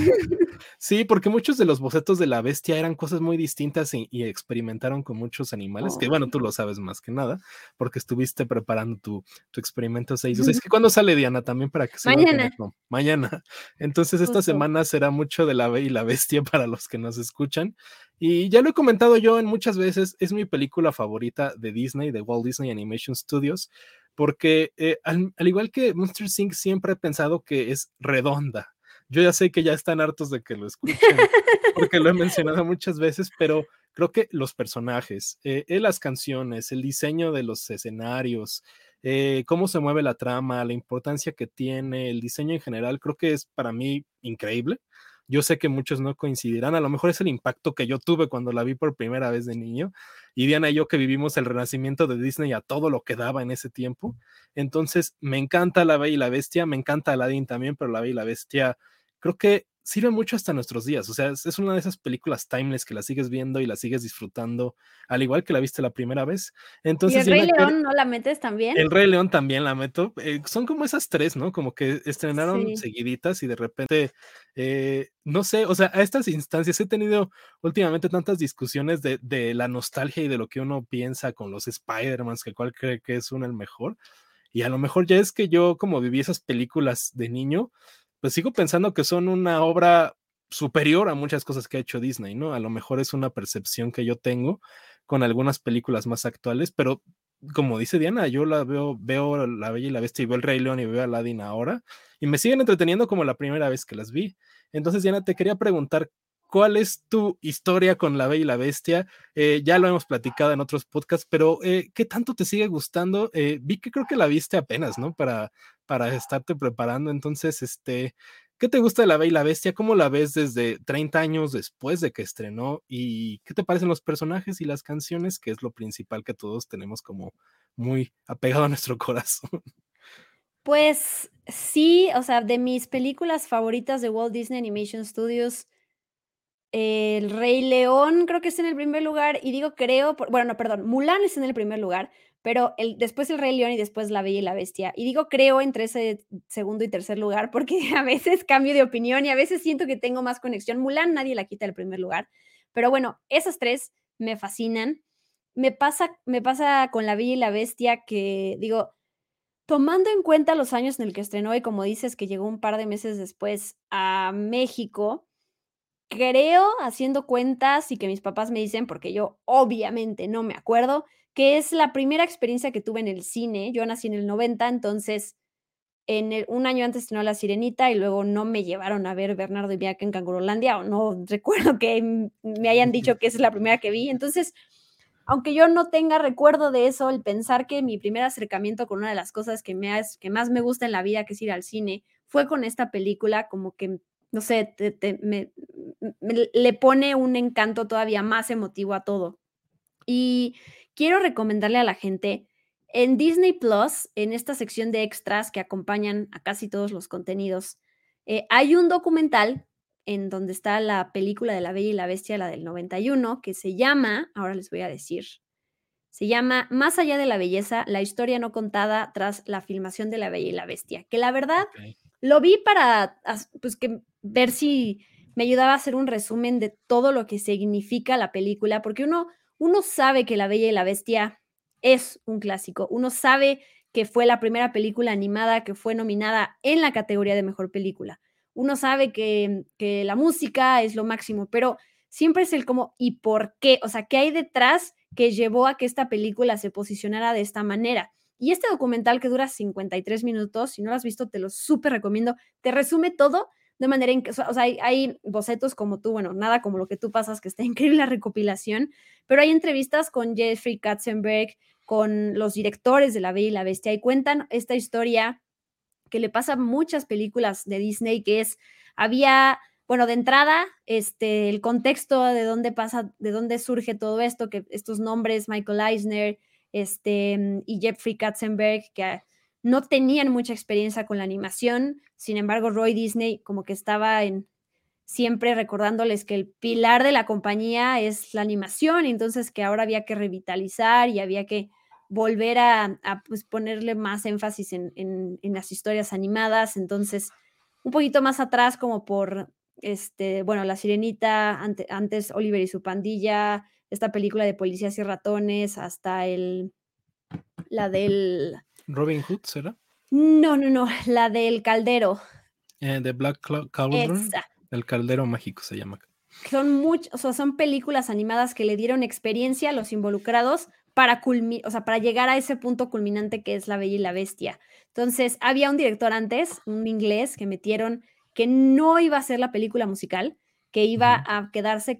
Sí, porque muchos de los bocetos de la bestia eran cosas muy distintas y experimentaron con muchos animales, que bueno, Ay. tú lo sabes más que nada, porque estuviste preparando tu experimento 6. O sea, es que cuando sale Diana también para que sirva Mañana, como mañana. Entonces, esta justo. semana será mucho de la Bella y la Bestia para los que nos escuchan. Y ya lo he comentado yo en muchas veces, es mi película favorita de Disney, de Walt Disney Animation Studios, porque al igual que Monster Inc. siempre he pensado que es redonda. Yo ya sé que ya están hartos de que lo escuchen, porque lo he mencionado muchas veces, pero creo que los personajes, las canciones, el diseño de los escenarios, cómo se mueve la trama, la importancia que tiene, el diseño en general, creo que es para mí increíble. Yo sé que muchos no coincidirán, a lo mejor es el impacto que yo tuve cuando la vi por primera vez de niño, y Diana y yo que vivimos el renacimiento de Disney a todo lo que daba en ese tiempo. Entonces, me encanta La Bella y la Bestia, me encanta Aladdin también, pero La Bella y la Bestia creo que sirve mucho hasta nuestros días. O sea, es una de esas películas timeless que la sigues viendo y la sigues disfrutando, al igual que la viste la primera vez. ¿Y Entonces, el Rey Diana, León no la metes también? el Rey León también la meto. Son como esas tres, ¿no? Como que estrenaron Sí. seguiditas y de repente, no sé, o sea, a estas instancias he tenido últimamente tantas discusiones de la nostalgia y de lo que uno piensa con los Spider-Mans, que cuál cree que es uno el mejor. Y a lo mejor ya es que yo, como viví esas películas de niño, pues sigo pensando que son una obra superior a muchas cosas que ha hecho Disney, ¿no? A lo mejor es una percepción que yo tengo con algunas películas más actuales, pero como dice Diana, yo la veo La Bella y la Bestia y veo El Rey León y veo a Aladdin ahora y me siguen entreteniendo como la primera vez que las vi. Entonces, Diana, te quería preguntar, ¿cuál es tu historia con La Bella y la Bestia? Ya lo hemos platicado en otros podcasts, pero ¿qué tanto te sigue gustando? Vi que creo que la viste apenas, ¿no? Para estarte preparando. Entonces, ¿qué te gusta de La Bella y la Bestia? ¿Cómo la ves desde 30 años después de que estrenó? ¿Y qué te parecen los personajes y las canciones? Que es lo principal que todos tenemos como muy apegado a nuestro corazón. Pues sí, o sea, de mis películas favoritas de Walt Disney Animation Studios, El Rey León creo que está en el primer lugar, y digo creo, bueno, no, perdón, Mulan está en el primer lugar, pero después El Rey León y después La Bella y la Bestia. Y digo creo entre ese segundo y tercer lugar porque a veces cambio de opinión y a veces siento que tengo más conexión. Mulan nadie la quita del primer lugar, pero bueno, esas tres me fascinan. Me pasa con La Bella y la Bestia que digo, tomando en cuenta los años en el que estrenó y como dices que llegó un par de meses después a México, creo, haciendo cuentas y que mis papás me dicen, porque yo obviamente no me acuerdo, que es la primera experiencia que tuve en el cine. Yo nací en el 90, entonces un año antes estrenó La Sirenita y luego no me llevaron a ver Bernardo y Bianca en Cangurolandia, o no recuerdo que me hayan dicho que esa es la primera que vi. Entonces, aunque yo no tenga recuerdo de eso, el pensar que mi primer acercamiento con una de las cosas que más me gusta en la vida, que es ir al cine, fue con esta película, como que, no sé, le pone un encanto todavía más emotivo a todo. Y quiero recomendarle a la gente, en Disney Plus, en esta sección de extras que acompañan a casi todos los contenidos, hay un documental en donde está la película de La Bella y la Bestia, la del 91, que se llama, ahora les voy a decir, se llama Más allá de la belleza, la historia no contada tras la filmación de La Bella y la Bestia, que la verdad Ok. lo vi para pues, ver si me ayudaba a hacer un resumen de todo lo que significa la película, porque uno sabe que La Bella y la Bestia es un clásico, uno sabe que fue la primera película animada que fue nominada en la categoría de mejor película, uno sabe que la música es lo máximo, pero siempre es el cómo y por qué, o sea, qué hay detrás que llevó a que esta película se posicionara de esta manera. Y este documental que dura 53 minutos, si no lo has visto, te lo súper recomiendo, te resume todo de manera en que, o sea, hay bocetos como tú, bueno, nada como lo que tú pasas, que está increíble la recopilación, pero hay entrevistas con Jeffrey Katzenberg, con los directores de La Bella y la Bestia, y cuentan esta historia que le pasa a muchas películas de Disney, que es, bueno, de entrada, el contexto de dónde pasa, de dónde surge todo esto, que estos nombres, Michael Eisner, y Jeffrey Katzenberg, que no tenían mucha experiencia con la animación, sin embargo, Roy Disney como que estaba siempre recordándoles que el pilar de la compañía es la animación, entonces que ahora había que revitalizar y había que volver pues ponerle más énfasis en las historias animadas. Entonces, un poquito más atrás, como por, bueno, La Sirenita, antes Oliver y su pandilla, esta película de policías y ratones, hasta la del, Robin Hood, ¿será? no, la del caldero. The Black Cauldron, Esa. el caldero mágico se llama. O sea, son películas animadas que le dieron experiencia a los involucrados o sea, para llegar a ese punto culminante que es La Bella y la Bestia. Entonces, había un director antes, un inglés, que metieron que no iba a ser la película musical, que iba a quedarse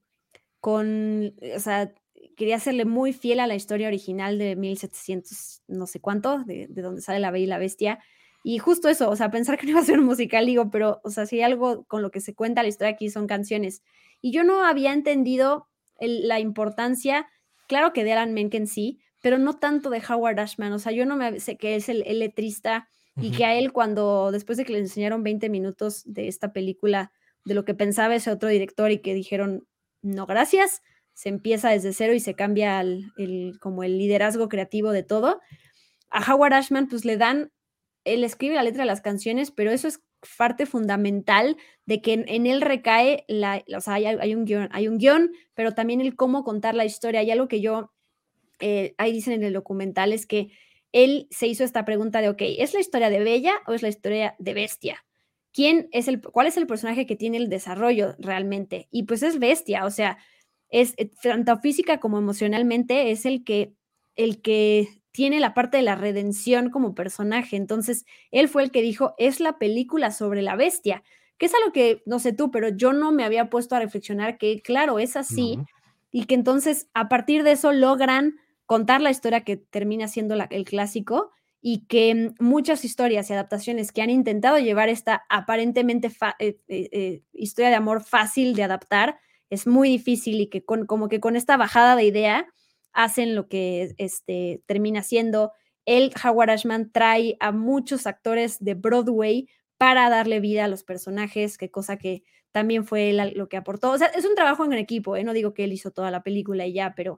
o sea, quería serle muy fiel a la historia original de 1700, no sé cuánto, de donde sale La Bella y la Bestia. Y justo eso, o sea, pensar que no iba a ser un musical, digo, pero, o sea, si hay algo con lo que se cuenta la historia aquí son canciones. Y yo no había entendido la importancia, claro que de Alan Menken sí, pero no tanto de Howard Ashman. O sea, yo no me sé que es el letrista y que a él después de que le enseñaron 20 minutos de esta película, de lo que pensaba ese otro director y que dijeron, no, gracias, se empieza desde cero y se cambia como el liderazgo creativo de todo. A Howard Ashman pues le dan, él escribe la letra de las canciones, pero eso es parte fundamental de que en él recae, o sea, hay un guión, pero también el cómo contar la historia. Y algo que ahí dicen en el documental es que él se hizo esta pregunta de, ok, ¿es la historia de Bella o es la historia de Bestia? ¿Cuál es el personaje que tiene el desarrollo realmente? Y pues es Bestia, o sea, es tanto física como emocionalmente, es el que tiene la parte de la redención como personaje. Entonces, él fue el que dijo, es la película sobre la bestia, que es algo que, no sé tú, pero yo no me había puesto a reflexionar que, claro, es así, No. y que entonces a partir de eso logran contar la historia que termina siendo el clásico y que muchas historias y adaptaciones que han intentado llevar esta aparentemente historia de amor fácil de adaptar, es muy difícil y que como que con esta bajada de idea hacen lo que termina siendo. Howard Ashman trae a muchos actores de Broadway para darle vida a los personajes, que cosa que también fue lo que aportó. O sea, es un trabajo en equipo, ¿eh? No digo que él hizo toda la película y ya, pero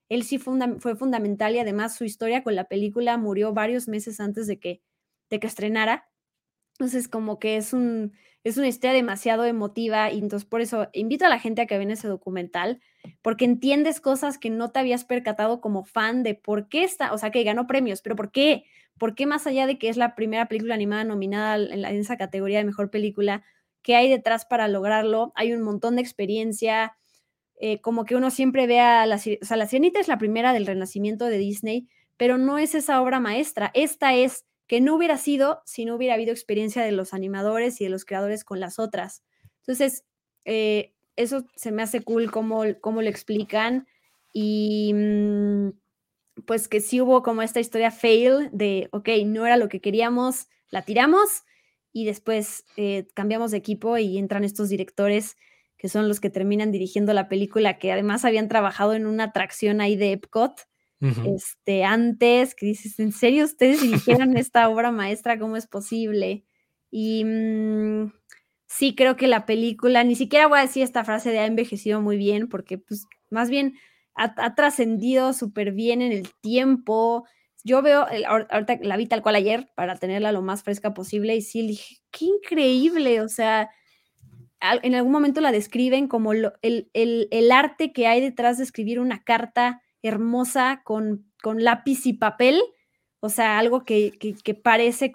él sí fue fundamental y además su historia con la película murió varios meses antes de que estrenara. Entonces, como que es una historia demasiado emotiva y entonces por eso invito a la gente a que vean ese documental, porque entiendes cosas que no te habías percatado como fan de por qué está, o sea, que ganó premios, pero ¿por qué? ¿Por qué más allá de que es la primera película animada nominada en esa categoría de mejor película, qué hay detrás para lograrlo? Hay un montón de experiencia, como que uno siempre ve a o sea, La Sirenita es la primera del renacimiento de Disney, pero no es esa obra maestra. Esta es que no hubiera sido si no hubiera habido experiencia de los animadores y de los creadores con las otras. Entonces, eso se me hace cool cómo lo explican y pues que sí hubo como esta historia fail de, ok, no era lo que queríamos, la tiramos y después cambiamos de equipo y entran estos directores que son los que terminan dirigiendo la película, que además habían trabajado en una atracción ahí de Epcot, antes, que dices, ¿en serio ustedes dirigieron esta obra maestra? ¿Cómo es posible? Y sí, creo que la película, ni siquiera voy a decir esta frase de ha envejecido muy bien, porque pues más bien ha trascendido súper bien en el tiempo. Yo veo, ahorita la vi tal cual ayer para tenerla lo más fresca posible y sí, dije, qué increíble, o sea, en algún momento la describen como el arte que hay detrás de escribir una carta hermosa con lápiz y papel, o sea, algo que parece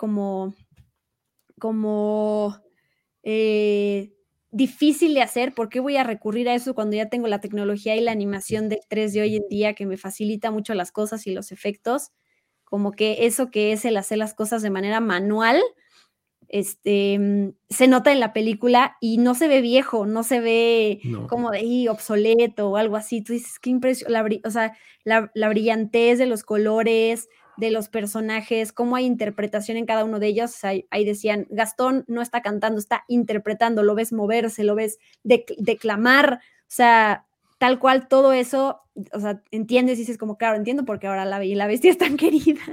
como eh, difícil de hacer. ¿Por qué voy a recurrir a eso cuando ya tengo la tecnología y la animación del 3D hoy en día que me facilita mucho las cosas y los efectos? Como que eso que es el hacer las cosas de manera manual, se nota en la película y no se ve viejo, no se ve No. como de obsoleto o algo así. Tú dices, qué impresión, o sea, la brillantez de los colores, de los personajes, cómo hay interpretación en cada uno de ellos. O sea, ahí decían, Gastón no está cantando, está interpretando, lo ves moverse, lo ves declamar, o sea, tal cual todo eso, o sea, entiendes y dices como, claro, entiendo porque ahora la Bella y la Bestia es tan querida.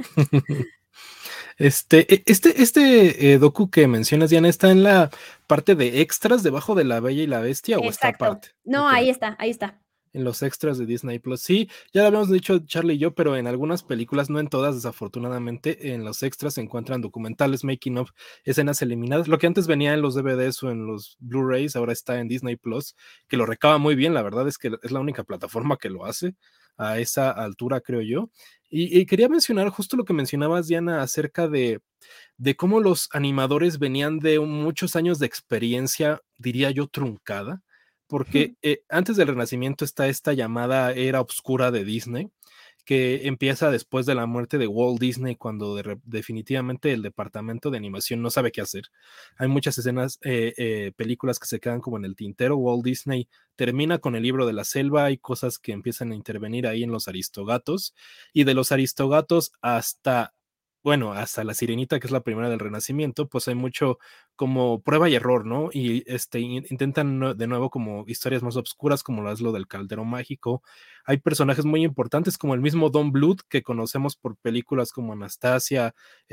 Docu que mencionas, Diana, ¿está en la parte de extras debajo de La Bella y la Bestia o está Exacto. aparte? No, Ok. ahí está, ahí está. En los extras de Disney Plus. Sí, ya lo habíamos dicho Charlie y yo, pero en algunas películas, no en todas, desafortunadamente, en los extras se encuentran documentales, making of, escenas eliminadas. Lo que antes venía en los DVDs o en los Blu-rays, ahora está en Disney Plus, que lo recaba muy bien. La verdad es que es la única plataforma que lo hace a esa altura, creo yo. Y quería mencionar justo lo que mencionabas, Diana, acerca de cómo los animadores venían de muchos años de experiencia, diría yo, truncada, porque antes del Renacimiento está esta llamada era oscura de Disney, que empieza después de la muerte de Walt Disney, cuando definitivamente el departamento de animación no sabe qué hacer. Hay muchas escenas, películas que se quedan como en el tintero. Walt Disney termina con el libro de la selva, hay cosas que empiezan a intervenir ahí en los Aristogatos, y de los Aristogatos hasta bueno, hasta La Sirenita, que es la primera del Renacimiento, pues hay mucho como prueba y error, ¿no? Y intentan de nuevo como historias más obscuras, como lo es lo del Caldero Mágico. Hay personajes muy importantes, como el mismo Don Bluth, que conocemos por películas como Anastasia,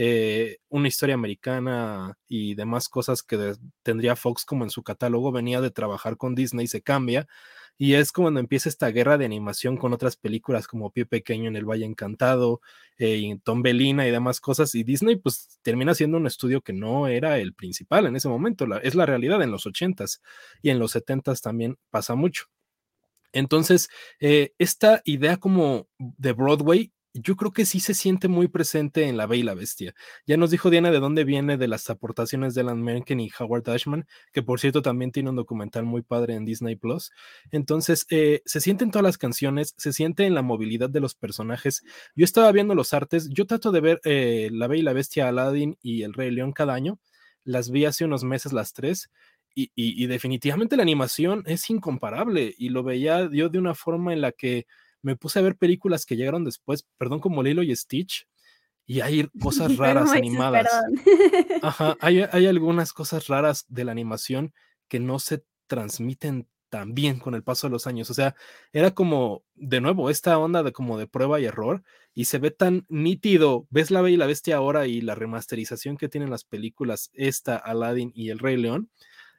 Una Historia Americana y demás cosas que tendría Fox como en su catálogo. Venía de trabajar con Disney, se cambia. Y es cuando empieza esta guerra de animación con otras películas como Pie Pequeño en el Valle Encantado, y Tom Bellina y demás cosas, y Disney pues termina siendo un estudio que no era el principal en ese momento, es la realidad en los 80s y en los 70s también pasa mucho. Entonces, esta idea como de Broadway, yo creo que sí se siente muy presente en La Bella y la Bestia. Ya nos dijo Diana de dónde viene de las aportaciones de Alan Menken y Howard Ashman, que por cierto también tiene un documental muy padre en Disney Plus. Entonces, se sienten todas las canciones, se siente en la movilidad de los personajes. Yo estaba viendo los artes, yo trato de ver La Bella y la Bestia, Aladdin y El Rey León cada año. Las vi hace unos meses las tres y definitivamente la animación es incomparable y lo veía yo de una forma en la que me puse a ver películas que llegaron después, perdón, como Lilo y Stitch, y hay cosas Pero raras como dices, animadas. perdón. Ajá, hay algunas cosas raras de la animación que no se transmiten tan bien con el paso de los años. O sea, era como, de nuevo, esta onda de como de prueba y error, y se ve tan nítido. Ves La Bella y la Bestia ahora y la remasterización que tienen las películas, esta, Aladdin y El Rey León,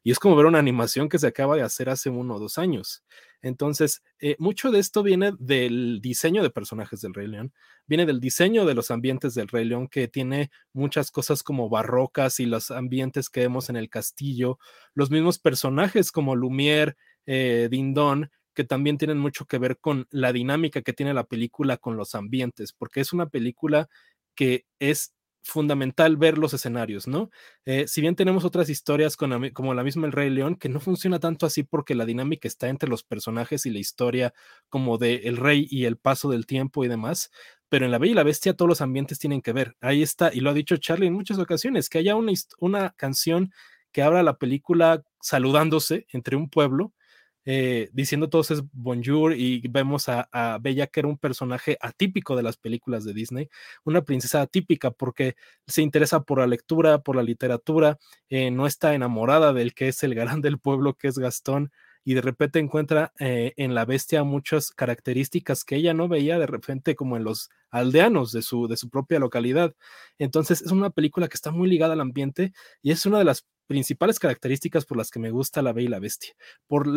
y es como ver una animación que se acaba de hacer hace 1 o 2 años. Entonces, mucho de esto viene del diseño de personajes del Rey León, viene del diseño de los ambientes del Rey León, que tiene muchas cosas como barrocas y los ambientes que vemos en el castillo, los mismos personajes como Lumière, Dindon, que también tienen mucho que ver con la dinámica que tiene la película con los ambientes, porque es una película que es fundamental ver los escenarios, ¿no? Si bien tenemos otras historias como la misma El Rey León, que no funciona tanto así porque la dinámica está entre los personajes y la historia como de el rey y el paso del tiempo y demás, pero en La Bella y la Bestia todos los ambientes tienen que ver. Ahí está, y lo ha dicho Charlie en muchas ocasiones, que haya una canción que abra la película saludándose entre un pueblo, diciendo todos es bonjour, y vemos a Bella, que era un personaje atípico de las películas de Disney, una princesa atípica porque se interesa por la lectura, por la literatura, no está enamorada del que es el galán del pueblo, que es Gastón, y de repente encuentra en la bestia muchas características que ella no veía de repente como en los aldeanos de su propia localidad. Entonces es una película que está muy ligada al ambiente y es una de las principales características por las que me gusta La Bella y la Bestia, por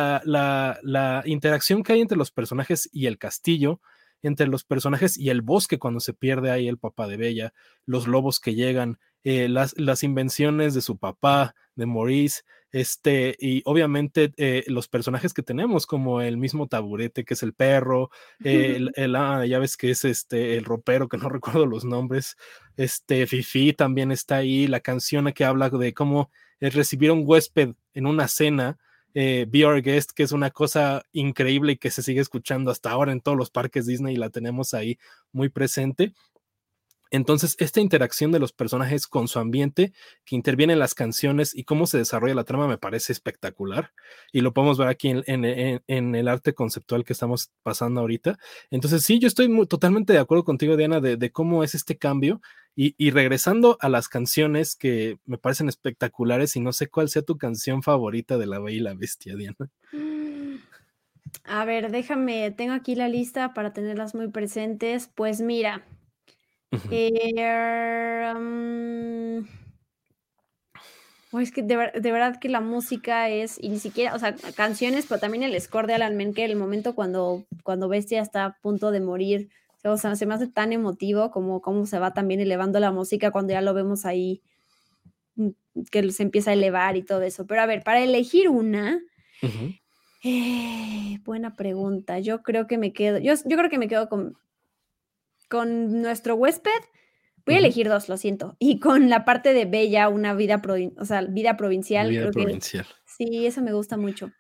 la interacción que hay entre los personajes y el castillo, entre los personajes y el bosque cuando se pierde ahí el papá de Bella, los lobos que llegan, las invenciones de su papá, de Maurice, y obviamente los personajes que tenemos, como el mismo Taburete, que es el perro, ya ves que es el ropero, que no recuerdo los nombres, Fifi también está ahí, la canción que habla de cómo es recibir a un huésped en una cena, Be Our Guest, que es una cosa increíble y que se sigue escuchando hasta ahora en todos los parques Disney y la tenemos ahí muy presente. Entonces, esta interacción de los personajes con su ambiente, que interviene en las canciones y cómo se desarrolla la trama, me parece espectacular. Y lo podemos ver aquí en el arte conceptual que estamos pasando ahorita. Entonces, sí, yo estoy totalmente de acuerdo contigo, Diana, de cómo es este cambio. Y regresando a las canciones que me parecen espectaculares, y no sé cuál sea tu canción favorita de La Bella y la Bestia, Diana. A ver, déjame, tengo aquí la lista para tenerlas muy presentes. Pues mira, Ujú. es que de verdad que la música es, y ni siquiera, o sea, canciones, pero también el score de Alan Menken, el momento cuando Bestia está a punto de morir, o sea, se me hace tan emotivo como cómo se va también elevando la música cuando ya lo vemos ahí, que se empieza a elevar y todo eso. Pero a ver, para elegir una, Ujú. buena pregunta. Yo creo que me quedo, yo creo que me quedo con nuestro huésped. Voy a Ujú. elegir dos, lo siento. Y con la parte de Bella, una vida, o sea, vida provincial, Vida creo que provincial. sí, eso me gusta mucho.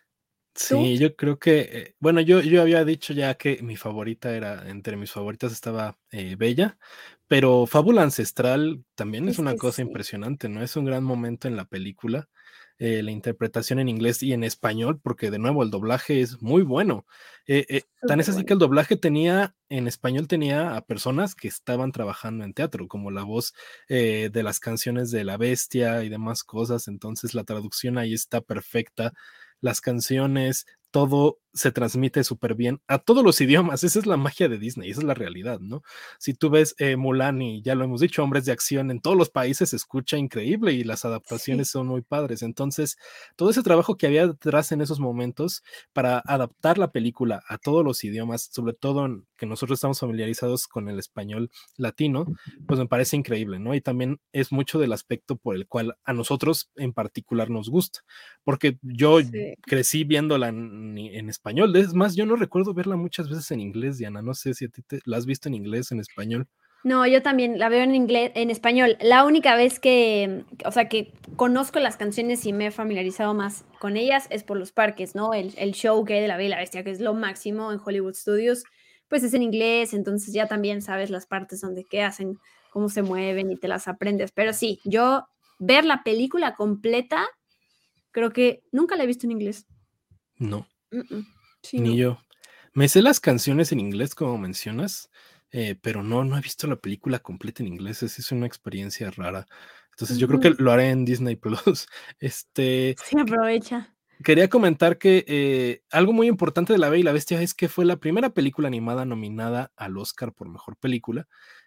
¿Tú? Sí, yo creo que, bueno, yo había dicho ya que mi favorita era, entre mis favoritas estaba Bella, pero Fábula Ancestral también es Es una que cosa sí, impresionante, ¿no? Es un gran momento en la película, la interpretación en inglés y en español, porque de nuevo el doblaje es muy bueno. Tan es súper así que bueno. el doblaje en español tenía a personas que estaban trabajando en teatro, como la voz de las canciones de La Bestia y demás cosas, entonces la traducción ahí está perfecta, las canciones, todo se transmite súper bien a todos los idiomas. Esa es la magia de Disney, esa es la realidad, ¿no? Si tú ves Mulan, y ya lo hemos dicho, Hombres de Acción, en todos los países se escucha increíble y las adaptaciones Sí, son muy padres. Entonces, todo ese trabajo que había detrás en esos momentos para adaptar la película a todos los idiomas, sobre todo que nosotros estamos familiarizados con el español latino, pues me parece increíble, ¿no? Y también es mucho del aspecto por el cual a nosotros en particular nos gusta, porque yo sí. crecí viéndola en español. Es más, yo no recuerdo verla muchas veces en inglés, Diana. No sé si a ti la has visto en inglés, en español. No, yo también la veo en inglés, en español. La única vez que, o sea, que conozco las canciones y me he familiarizado más con ellas es por los parques, ¿no? El show que hay de La Bella y la Bestia, que es lo máximo en Hollywood Studios, pues es en inglés, entonces ya también sabes las partes donde qué hacen, cómo se mueven y te las aprendes. Pero sí, yo ver la película completa, creo que nunca la he visto en inglés. No, Sí, ni no. yo. Me sé las canciones en inglés, como mencionas, pero no he visto la película completa en inglés. Es una experiencia rara. Entonces yo creo que Ujú. lo haré en Disney Plus. Sí, aprovecha. Quería comentar que algo muy importante de La Bella y la Bestia es que fue la primera película animada nominada al Oscar por mejor película.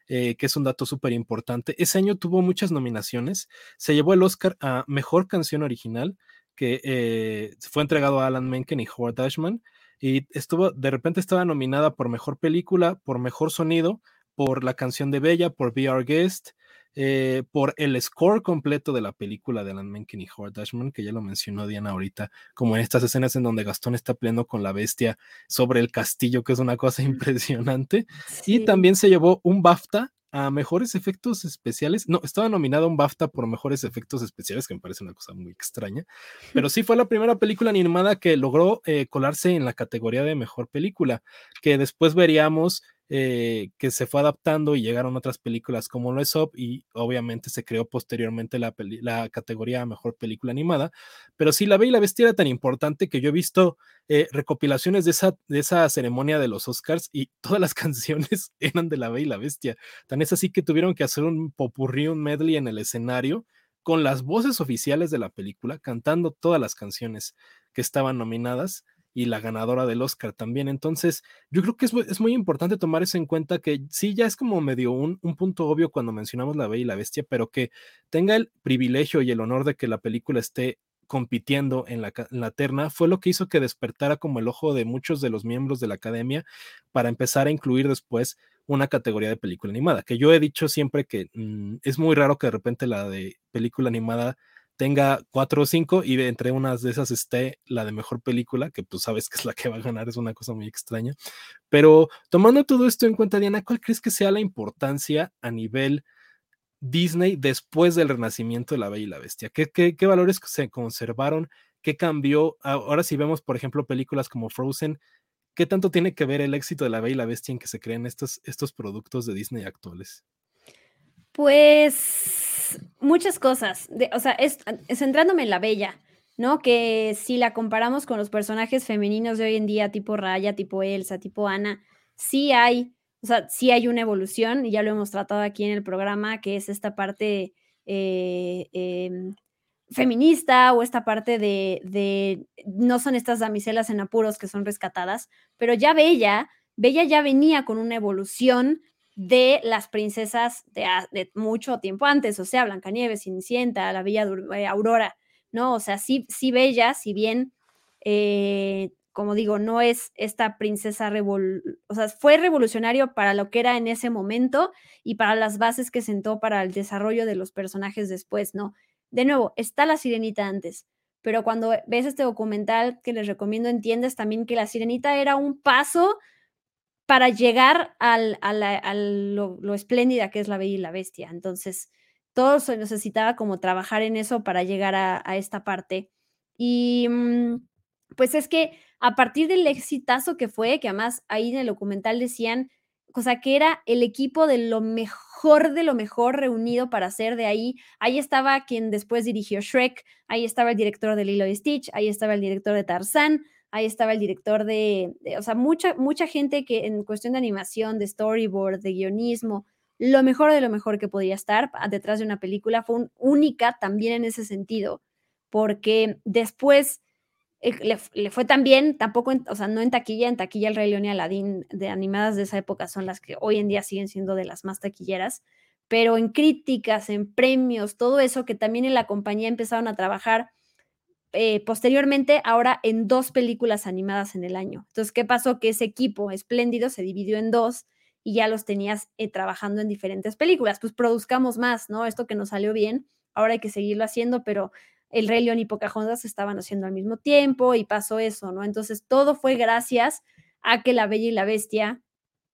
que es un dato súper importante. Ese año tuvo muchas nominaciones. Se llevó el Oscar a Mejor Canción Original, que fue entregado a Alan Menken y Howard Ashman, y de repente estaba nominada por Mejor Película, por Mejor Sonido, por la canción de Bella, por Be Our Guest, por el score completo de la película de Alan Menken y Howard Ashman, que ya lo mencionó Diana ahorita, como en estas escenas en donde Gastón está peleando con la bestia sobre el castillo, que es una cosa impresionante. Y Sí. también se llevó un BAFTA a mejores efectos especiales. No, estaba nominado a un BAFTA por mejores efectos especiales, que me parece una cosa muy extraña, pero sí fue la primera película animada que logró colarse en la categoría de mejor película, que después veríamos que se fue adaptando y llegaron otras películas como lo es Up, y obviamente se creó posteriormente la categoría a mejor película animada. Pero sí, La Bella y la Bestia era tan importante que yo he visto recopilaciones de esa ceremonia de los Oscars y todas las canciones eran de La Bella y la Bestia. Tan es así que tuvieron que hacer un popurrí, un medley en el escenario con las voces oficiales de la película, cantando todas las canciones que estaban nominadas, y la ganadora del Oscar también. Entonces, yo creo que es muy importante tomar eso en cuenta, que sí, ya es como medio un punto obvio cuando mencionamos La Bella y la Bestia, pero que tenga el privilegio y el honor de que la película esté compitiendo en la terna, fue lo que hizo que despertara como el ojo de muchos de los miembros de la academia para empezar a incluir después una categoría de película animada, que yo he dicho siempre que es muy raro que de repente la de película animada tenga 4 o 5 y entre unas de esas esté la de mejor película, que pues sabes que es la que va a ganar, es una cosa muy extraña. Pero tomando todo esto en cuenta, Diana, ¿cuál crees que sea la importancia a nivel Disney después del renacimiento de La Bella y la Bestia? ¿Qué valores se conservaron? ¿Qué cambió? Ahora si vemos, por ejemplo, películas como Frozen, ¿qué tanto tiene que ver el éxito de La Bella y la Bestia en que se creen estos productos de Disney actuales? Pues muchas cosas. O sea, centrándome en la Bella, ¿no? Que si la comparamos con los personajes femeninos de hoy en día, tipo Raya, tipo Elsa, tipo Anna, sí hay, o sea, sí hay una evolución, y ya lo hemos tratado aquí en el programa, que es esta parte eh, em, feminista, o esta parte de no son estas damiselas en apuros que son rescatadas, pero ya Bella ya venía con una evolución de las princesas de mucho tiempo antes, o sea, Blancanieves, Cenicienta, la Bella Aurora, ¿no? O sea, sí, sí Bella, si bien, como digo, no es esta princesa o sea, fue revolucionario para lo que era en ese momento y para las bases que sentó para el desarrollo de los personajes después, ¿no? De nuevo, está la Sirenita antes, pero cuando ves este documental que les recomiendo, entiendes también que la Sirenita era un paso para llegar a lo espléndida que es La Bella y la Bestia. Entonces, todo se necesitaba como trabajar en eso para llegar a esta parte. Y, pues, es que a partir del exitazo que fue, que además ahí en el documental decían, o sea, que era el equipo de lo mejor reunido para hacer de ahí estaba quien después dirigió Shrek, ahí estaba el director de Lilo y Stitch, ahí estaba el director de Tarzán, ahí estaba el director o sea, mucha gente que en cuestión de animación, de storyboard, de guionismo, lo mejor de lo mejor que podía estar detrás de una película, fue única también en ese sentido, porque después le fue tan bien, tampoco, o sea, no en taquilla El Rey León y Aladdin de animadas de esa época son las que hoy en día siguen siendo de las más taquilleras, pero en críticas, en premios, todo eso que también en la compañía empezaron a trabajar posteriormente, ahora en 2 películas animadas en el año. Entonces, ¿qué pasó? Que ese equipo espléndido se dividió en 2 y ya los tenías trabajando en diferentes películas. Pues produzcamos más, ¿no? Esto que nos salió bien, ahora hay que seguirlo haciendo, pero El Rey León y Pocahontas se estaban haciendo al mismo tiempo y pasó eso, ¿no? Entonces, todo fue gracias a que La Bella y la Bestia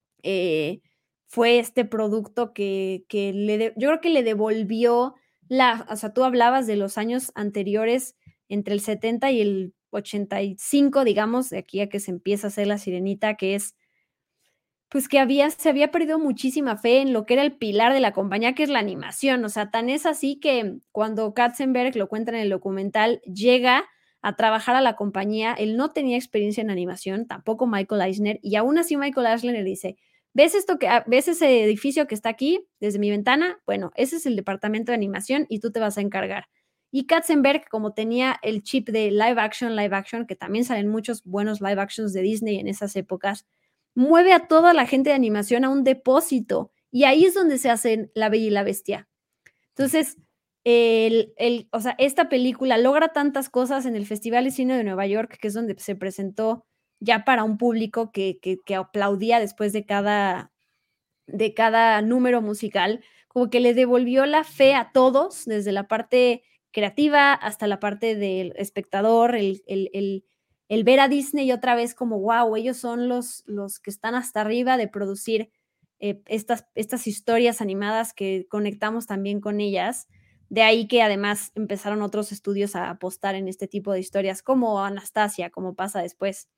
fue este producto que yo creo que le devolvió o sea, tú hablabas de los años anteriores, entre el 70 y el 85, digamos, de aquí a que se empieza a hacer La Sirenita, que es, pues, que se había perdido muchísima fe en lo que era el pilar de la compañía, que es la animación. O sea, tan es así que cuando Katzenberg, lo cuenta en el documental, llega a trabajar a la compañía, él no tenía experiencia en animación, tampoco Michael Eisner, y aún así Michael Eisner le dice: ¿ves ese edificio que está aquí desde mi ventana? Bueno, ese es el departamento de animación y tú te vas a encargar. Y Katzenberg, como tenía el chip de live action, que también salen muchos buenos live actions de Disney en esas épocas, mueve a toda la gente de animación a un depósito y ahí es donde se hacen La Bella y la Bestia. Entonces, o sea, esta película logra tantas cosas en el Festival de Cine de Nueva York, que es donde se presentó ya para un público que aplaudía después de cada número musical, como que le devolvió la fe a todos, desde la parte creativa hasta la parte del espectador, el ver a Disney otra vez como, wow, ellos son los que están hasta arriba de producir estas historias animadas que conectamos también con ellas. De ahí que además empezaron otros estudios a apostar en este tipo de historias, como Anastasia, como pasa después.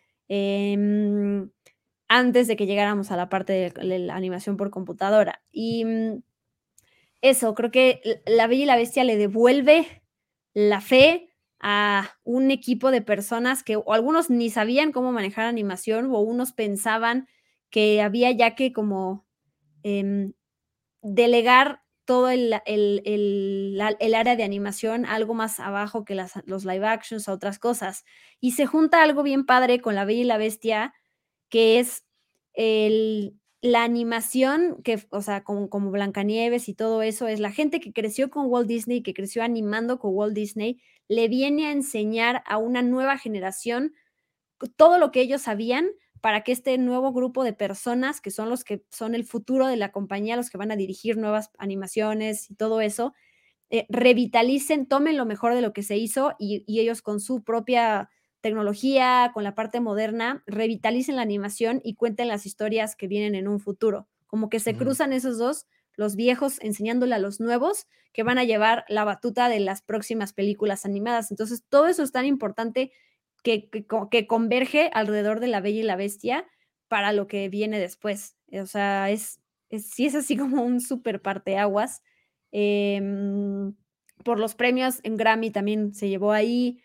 Antes de que llegáramos a la parte de la animación por computadora. Y eso, creo que La Bella y la Bestia le devuelve la fe a un equipo de personas que o algunos ni sabían cómo manejar animación o unos pensaban que había ya que como em, delegar todo el área de animación a algo más abajo que los live actions, a otras cosas. Y se junta algo bien padre con La Bella y la Bestia, que es la animación, que, o sea, como Blancanieves y todo eso, es la gente que creció con Walt Disney, que creció animando con Walt Disney, le viene a enseñar a una nueva generación todo lo que ellos sabían para que este nuevo grupo de personas, que son los que son el futuro de la compañía, los que van a dirigir nuevas animaciones y todo eso, revitalicen, tomen lo mejor de lo que se hizo y ellos con su propia tecnología, con la parte moderna, revitalicen la animación y cuenten las historias que vienen en un futuro. Como que se cruzan esos dos, los viejos enseñándole a los nuevos que van a llevar la batuta de las próximas películas animadas. Entonces, todo eso es tan importante que converge alrededor de La Bella y la Bestia para lo que viene después. O sea, sí es así como un súper parteaguas. Por los premios en Grammy también se llevó ahí.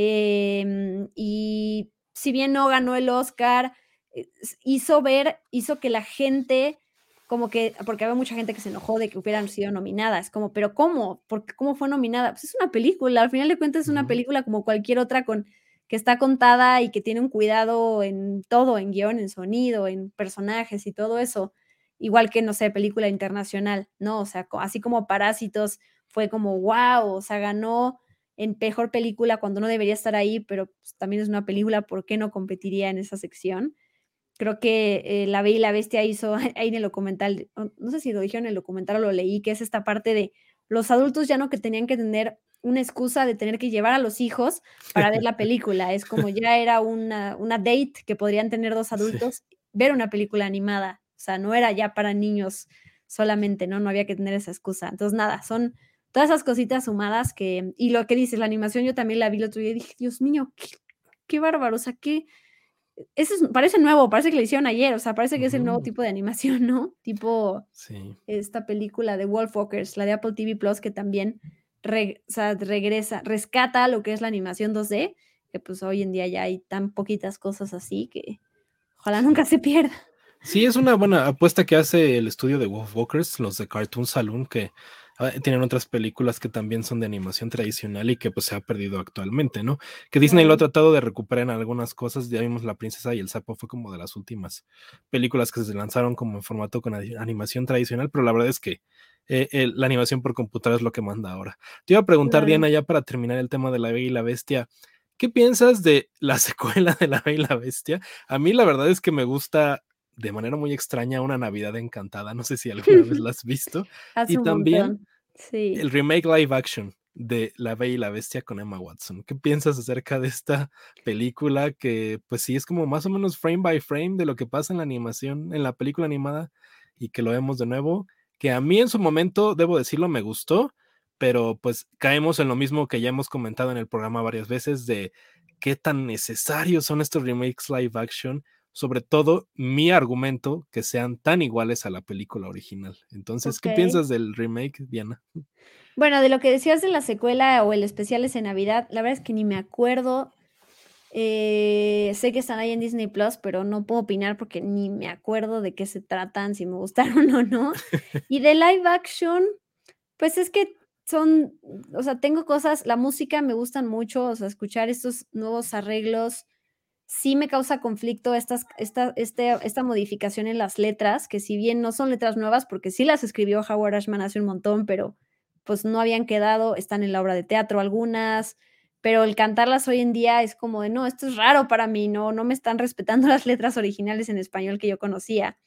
Y si bien no ganó el Oscar, hizo que la gente, como que, porque había mucha gente que se enojó de que hubieran sido nominadas, como, pero ¿cómo? ¿Cómo fue nominada? Pues es una película, al final de cuentas es una película como cualquier otra que está contada y que tiene un cuidado en todo, en guión, en sonido, en personajes y todo eso, igual que, no sé, película internacional, ¿no? O sea, así como Parásitos fue como, wow, o sea, ganó en mejor película cuando no debería estar ahí, pero pues, también es una película, ¿por qué no competiría en esa sección? Creo que La Bella y la Bestia hizo ahí en el documental, no sé si lo dijeron en el documental o lo leí, que es esta parte de los adultos ya no que tenían que tener una excusa de tener que llevar a los hijos para ver la película, es como ya era una date que podrían tener dos Sí. adultos, ver una película animada, o sea, no era ya para niños solamente, ¿no? No había que tener esa excusa. Entonces, nada, son todas esas cositas sumadas y lo que dices, la animación yo también la vi el otro día y dije, Dios mío, qué bárbaro, o sea, parece nuevo, parece que lo hicieron ayer, o sea, parece que es el nuevo tipo de animación, ¿no? Tipo Sí. esta película de Wolfwalkers, la de Apple TV Plus, que también o sea, rescata lo que es la animación 2D, que pues hoy en día ya hay tan poquitas cosas así que ojalá nunca se pierda. Sí, es una buena apuesta que hace el estudio de Wolfwalkers, los de Cartoon Saloon, que tienen otras películas que también son de animación tradicional y que pues se ha perdido actualmente, ¿no? Que Disney lo ha Claro. tratado de recuperar en algunas cosas. Ya vimos La Princesa y el Sapo, fue como de las últimas películas que se lanzaron como en formato con animación tradicional, pero la verdad es que la animación por computadora es lo que manda ahora. Te iba a preguntar, Claro. Diana, ya para terminar el tema de La Bella y la Bestia, ¿qué piensas de la secuela de La Bella y la Bestia? A mí la verdad es que me gusta de manera muy extraña Una Navidad Encantada, no sé si alguna vez la has visto, Hace y un también montón. Sí. el remake live action de La Bella y la Bestia con Emma Watson. ¿Qué piensas acerca de esta película que pues sí es como más o menos frame by frame de lo que pasa en la animación, en la película animada y que lo vemos de nuevo? Que a mí en su momento, debo decirlo, me gustó, pero pues caemos en lo mismo que ya hemos comentado en el programa varias veces de qué tan necesarios son estos remakes live action, sobre todo mi argumento que sean tan iguales a la película original. Entonces, Ok. ¿qué piensas del remake, Diana? Bueno, de lo que decías de la secuela o el especial ese de Navidad, la verdad es que ni me acuerdo. Sé que están ahí en Disney Plus, pero no puedo opinar porque ni me acuerdo de qué se tratan, si me gustaron o no. Y de live action, pues es que o sea, tengo cosas, la música me gustan mucho, o sea, escuchar estos nuevos arreglos sí me causa conflicto esta modificación en las letras, que si bien no son letras nuevas, porque sí las escribió Howard Ashman hace un montón, pero pues no habían quedado, están en la obra de teatro algunas, pero el cantarlas hoy en día es como de, no, esto es raro para mí, no me están respetando las letras originales en español que yo conocía.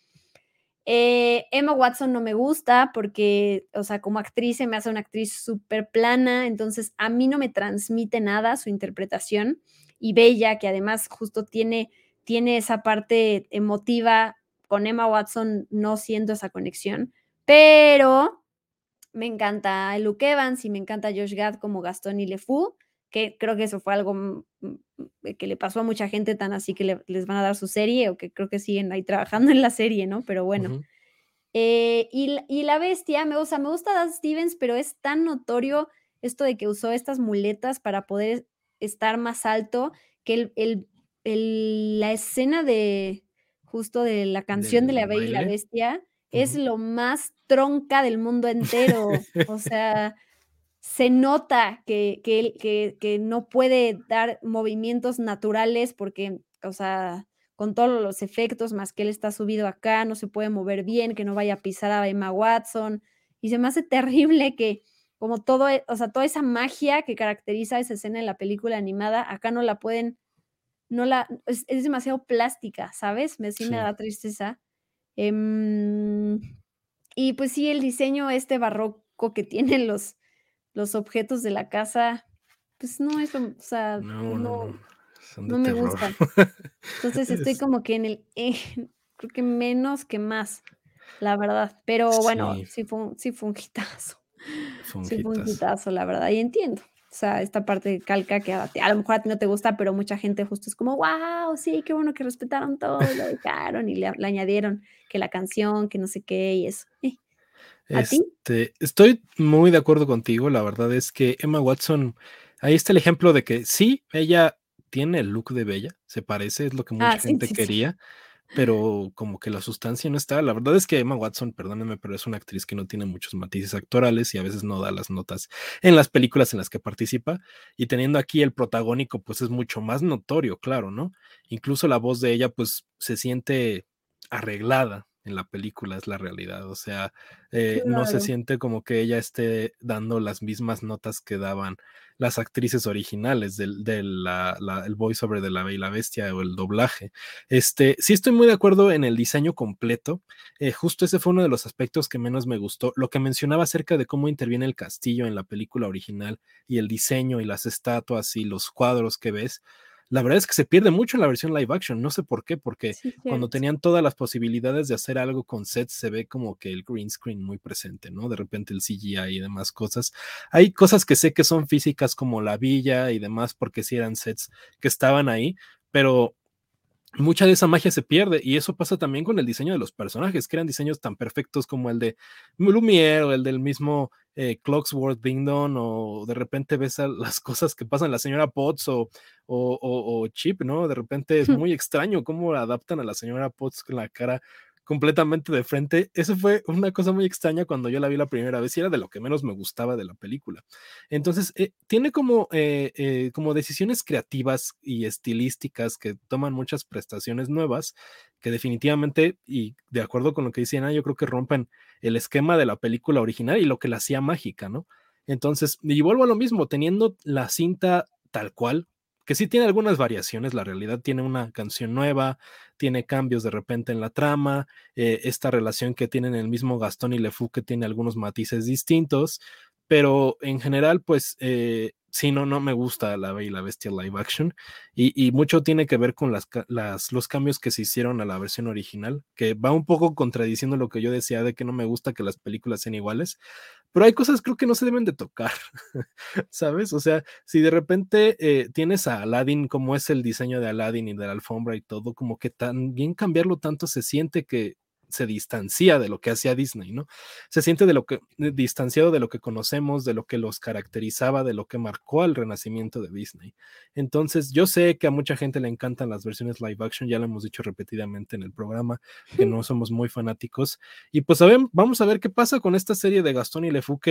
Emma Watson no me gusta porque, o sea, como actriz se me hace una actriz súper plana, entonces a mí no me transmite nada su interpretación. Y Bella, que además justo tiene esa parte emotiva con Emma Watson, no siento esa conexión, pero me encanta Luke Evans y me encanta Josh Gad como Gastón y LeFou, que creo que eso fue algo que le pasó a mucha gente, tan así que les van a dar su serie o que creo que siguen ahí trabajando en la serie, ¿no? Pero bueno. Ujú. Y la bestia, me gusta Dan Stevens, pero es tan notorio esto de que usó estas muletas para poder estar más alto, que la escena de justo de la canción de La Del Bella y la baile. Bestia es Ujú. lo más tronca del mundo entero. O sea, se nota que no puede dar movimientos naturales porque, o sea, con todos los efectos, más que él está subido acá, no se puede mover bien, que no vaya a pisar a Emma Watson. Y se me hace terrible que como todo, o sea, toda esa magia que caracteriza esa escena en la película animada, acá no la pueden, no la, es demasiado plástica, ¿sabes? Sí me Sí. da tristeza. Em, y pues sí, el diseño este barroco que tienen los objetos de la casa, pues no es lo, o sea, No, no, no, no. Son de no me terror. gusta. Entonces estoy Es- como que en creo que menos que más, la verdad. Pero bueno, sí, sí fue un hitazo. Sí fue un funjitas. hitazo, la verdad, y entiendo. O sea, esta parte de calca que a lo mejor a ti no te gusta, pero mucha gente justo es como, guau, sí, qué bueno que respetaron todo y lo dejaron y le añadieron que la canción, que no sé qué y eso. ¿A ti? Estoy muy de acuerdo contigo. La verdad es que Emma Watson, ahí está el ejemplo de que sí, ella tiene el look de Bella, se parece, es lo que Ah, mucha sí, gente sí, sí. quería, pero como que la sustancia no está. La verdad es que Emma Watson, perdónenme, pero es una actriz que no tiene muchos matices actorales y a veces no da las notas en las películas en las que participa. Y teniendo aquí el protagónico, pues es mucho más notorio, claro, ¿no? Incluso la voz de ella, pues se siente arreglada en la película, es la realidad. O sea, no se Claro. siente como que ella esté dando las mismas notas que daban las actrices originales el voiceover de La Bella y la Bestia o el doblaje. Sí estoy muy de acuerdo en el diseño completo. Justo ese fue uno de los aspectos que menos me gustó. Lo que mencionaba acerca de cómo interviene el castillo en la película original y el diseño y las estatuas y los cuadros que ves. La verdad es que se pierde mucho en la versión live action, no sé por qué, porque Sí, cuando cierto. tenían todas las posibilidades de hacer algo con sets, se ve como que el green screen muy presente, ¿no? De repente el CGI y demás cosas. Hay cosas que sé que son físicas como la villa y demás, porque sí eran sets que estaban ahí, pero mucha de esa magia se pierde y eso pasa también con el diseño de los personajes, que eran diseños tan perfectos como el de Lumière o el del mismo Clocksworth Bingdon, o de repente ves a las cosas que pasan la señora Potts o Chip, ¿no? De repente es muy extraño cómo adaptan a la señora Potts con la cara completamente de frente. Eso fue una cosa muy extraña cuando yo la vi la primera vez y era de lo que menos me gustaba de la película. Entonces, tiene como decisiones creativas y estilísticas que toman muchas prestaciones nuevas, que definitivamente, y de acuerdo con lo que dice Ana, yo creo que rompen el esquema de la película original y lo que la hacía mágica, ¿no? Entonces, y vuelvo a lo mismo, teniendo la cinta tal cual, que sí tiene algunas variaciones, la realidad tiene una canción nueva, tiene cambios de repente en la trama, esta relación que tienen el mismo Gastón y LeFou que tiene algunos matices distintos, pero en general, pues sí, no me gusta La Bella y la Bestia live action y mucho tiene que ver con los cambios que se hicieron a la versión original, que va un poco contradiciendo lo que yo decía de que no me gusta que las películas sean iguales, pero hay cosas creo que no se deben de tocar, ¿sabes? O sea, si de repente tienes a Aladdin, como es el diseño de Aladdin y de la alfombra y todo, como que también cambiarlo tanto se siente que se distancia de lo que hacía Disney, ¿no? Se siente distanciado de lo que conocemos, de lo que los caracterizaba, de lo que marcó al renacimiento de Disney. Entonces, yo sé que a mucha gente le encantan las versiones live action, ya lo hemos dicho repetidamente en el programa, que no somos muy fanáticos. Y pues vamos a ver qué pasa con esta serie de Gastón y LeFou, que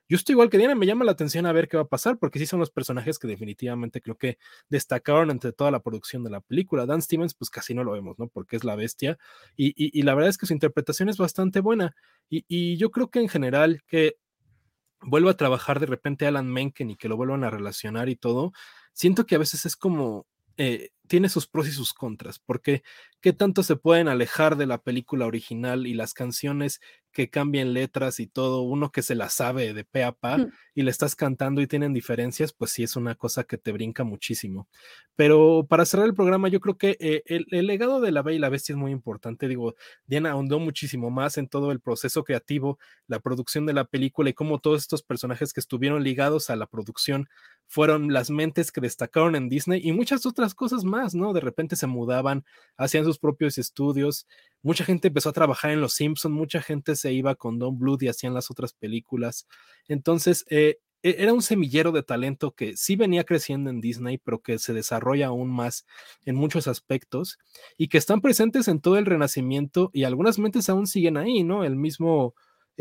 yo estoy igual que Diana, me llama la atención a ver qué va a pasar, porque sí son los personajes que definitivamente creo que destacaron entre toda la producción de la película. Dan Stevens, pues casi no lo vemos, ¿no? Porque es la bestia, y la verdad es que su interpretación es bastante buena, y yo creo que en general que vuelva a trabajar de repente Alan Menken y que lo vuelvan a relacionar y todo, siento que a veces es como, tiene sus pros y sus contras, porque qué tanto se pueden alejar de la película original y las canciones que cambian letras y todo, uno que se la sabe de pe a pa y le estás cantando y tienen diferencias, pues sí es una cosa que te brinca muchísimo. Pero para cerrar el programa, yo creo que el legado de La Bella y la Bestia es muy importante. Digo, Diana ahondó muchísimo más en todo el proceso creativo, la producción de la película y cómo todos estos personajes que estuvieron ligados a la producción fueron las mentes que destacaron en Disney y muchas otras cosas más, ¿no? De repente se mudaban, hacían sus propios estudios, mucha gente empezó a trabajar en Los Simpson, mucha gente se iba con Don Bluth y hacían las otras películas. Entonces, era un semillero de talento que sí venía creciendo en Disney, pero que se desarrolla aún más en muchos aspectos y que están presentes en todo el Renacimiento y algunas mentes aún siguen ahí, ¿no? El mismo,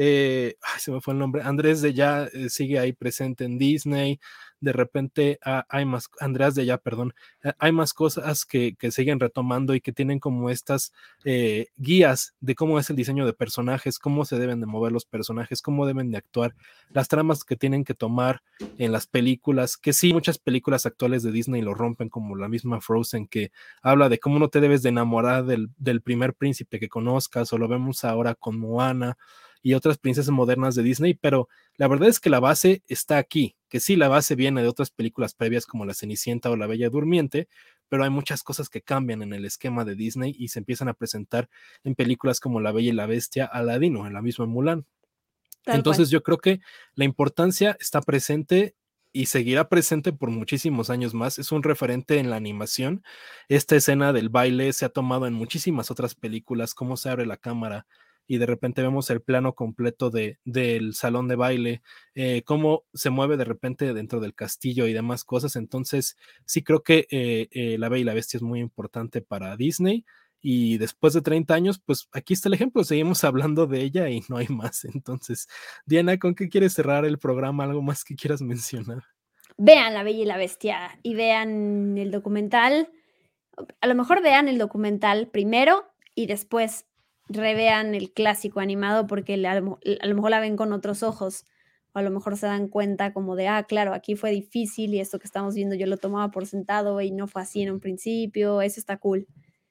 se me fue el nombre, Andrés de Ya sigue ahí presente en Disney, de repente hay más, Andreas de Ya, perdón, hay más cosas que siguen retomando y que tienen como estas guías de cómo es el diseño de personajes, cómo se deben de mover los personajes, cómo deben de actuar, las tramas que tienen que tomar en las películas, que sí, muchas películas actuales de Disney lo rompen, como la misma Frozen, que habla de cómo no te debes de enamorar del primer príncipe que conozcas, o lo vemos ahora con Moana y otras princesas modernas de Disney, pero la verdad es que la base está aquí, que sí, la base viene de otras películas previas como La Cenicienta o La Bella Durmiente, pero hay muchas cosas que cambian en el esquema de Disney y se empiezan a presentar en películas como La Bella y la Bestia, Aladino, en la misma Mulan. Tal cual. Entonces yo creo que la importancia está presente y seguirá presente por muchísimos años más. Es un referente en la animación. Esta escena del baile se ha tomado en muchísimas otras películas, cómo se abre la cámara y de repente vemos el plano completo del salón de baile, cómo se mueve de repente dentro del castillo y demás cosas. Entonces sí creo que La Bella y la Bestia es muy importante para Disney y después de 30 años, pues aquí está el ejemplo, seguimos hablando de ella y no hay más. Entonces, Diana, ¿con qué quieres cerrar el programa? ¿Algo más que quieras mencionar? Vean La Bella y la Bestia y vean el documental. A lo mejor vean el documental primero y después revean el clásico animado porque a lo mejor la ven con otros ojos. O a lo mejor se dan cuenta como de, claro, aquí fue difícil y esto que estamos viendo yo lo tomaba por sentado y no fue así en un principio. Eso está cool.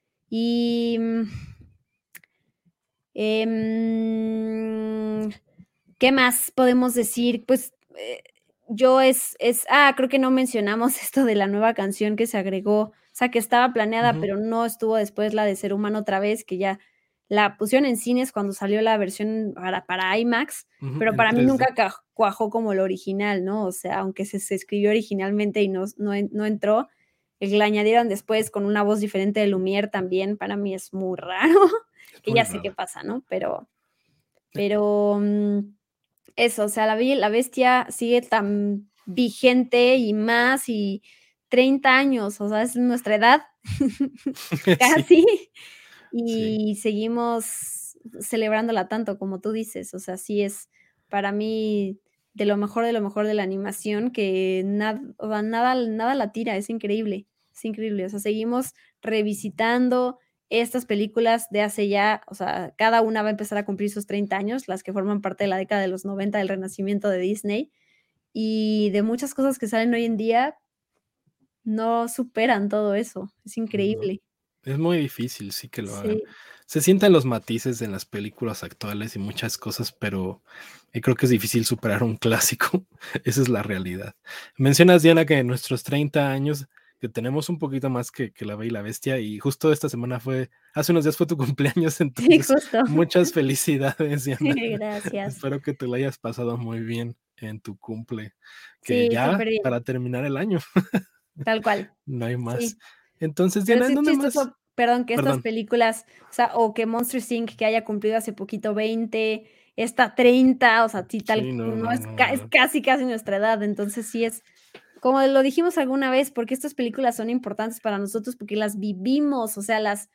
Y ¿qué más podemos decir? Pues creo que no mencionamos esto de la nueva canción que se agregó, o sea, que estaba planeada, pero no estuvo después la de Ser Humano otra vez, que ya la pusieron en cines cuando salió la versión para IMAX, pero En para mí 3D. nunca cuajó como lo original, ¿no? O sea, aunque se escribió originalmente y no entró, el que la añadieron después con una voz diferente de Lumière también, para mí es muy raro, Es que muy ya sé qué raro. pasa, ¿no? Pero eso, o sea, la Bella y la Bestia sigue tan vigente y más, y 30 años, o sea, es nuestra edad, Sí, casi, sí. y seguimos celebrándola tanto como tú dices, o sea, sí es para mí de lo mejor de la animación que o sea, nada la tira, es increíble, o sea, seguimos revisitando estas películas de hace ya, o sea, cada una va a empezar a cumplir sus 30 años, las que forman parte de la década de los 90 del renacimiento de Disney, y de muchas cosas que salen hoy en día no superan todo eso, es No, increíble. es muy difícil, sí que lo hagan. Sí, Se sienten los matices en las películas actuales y muchas cosas, pero creo que es difícil superar un clásico. Esa es la realidad. Mencionas, Diana, que en nuestros 30 años, que tenemos un poquito más que La Bella y la Bestia, y justo esta semana hace unos días fue tu cumpleaños, sí, entonces justo. muchas felicidades, Diana. Gracias. Espero que te lo hayas pasado muy bien en tu cumple, que Sí, ya súper bien, para terminar el año, tal cual. no hay más. Sí, Entonces, pero Diana, sí ¿en es dónde más? chistoso, perdón, que estas Perdón. películas, o sea, o que Monsters Inc. que haya cumplido hace poquito 20, esta 30, o sea, sí, Sí, no, no no, no, es no. casi nuestra edad, entonces sí es, como lo dijimos alguna vez, porque estas películas son importantes para nosotros, porque las vivimos, o sea,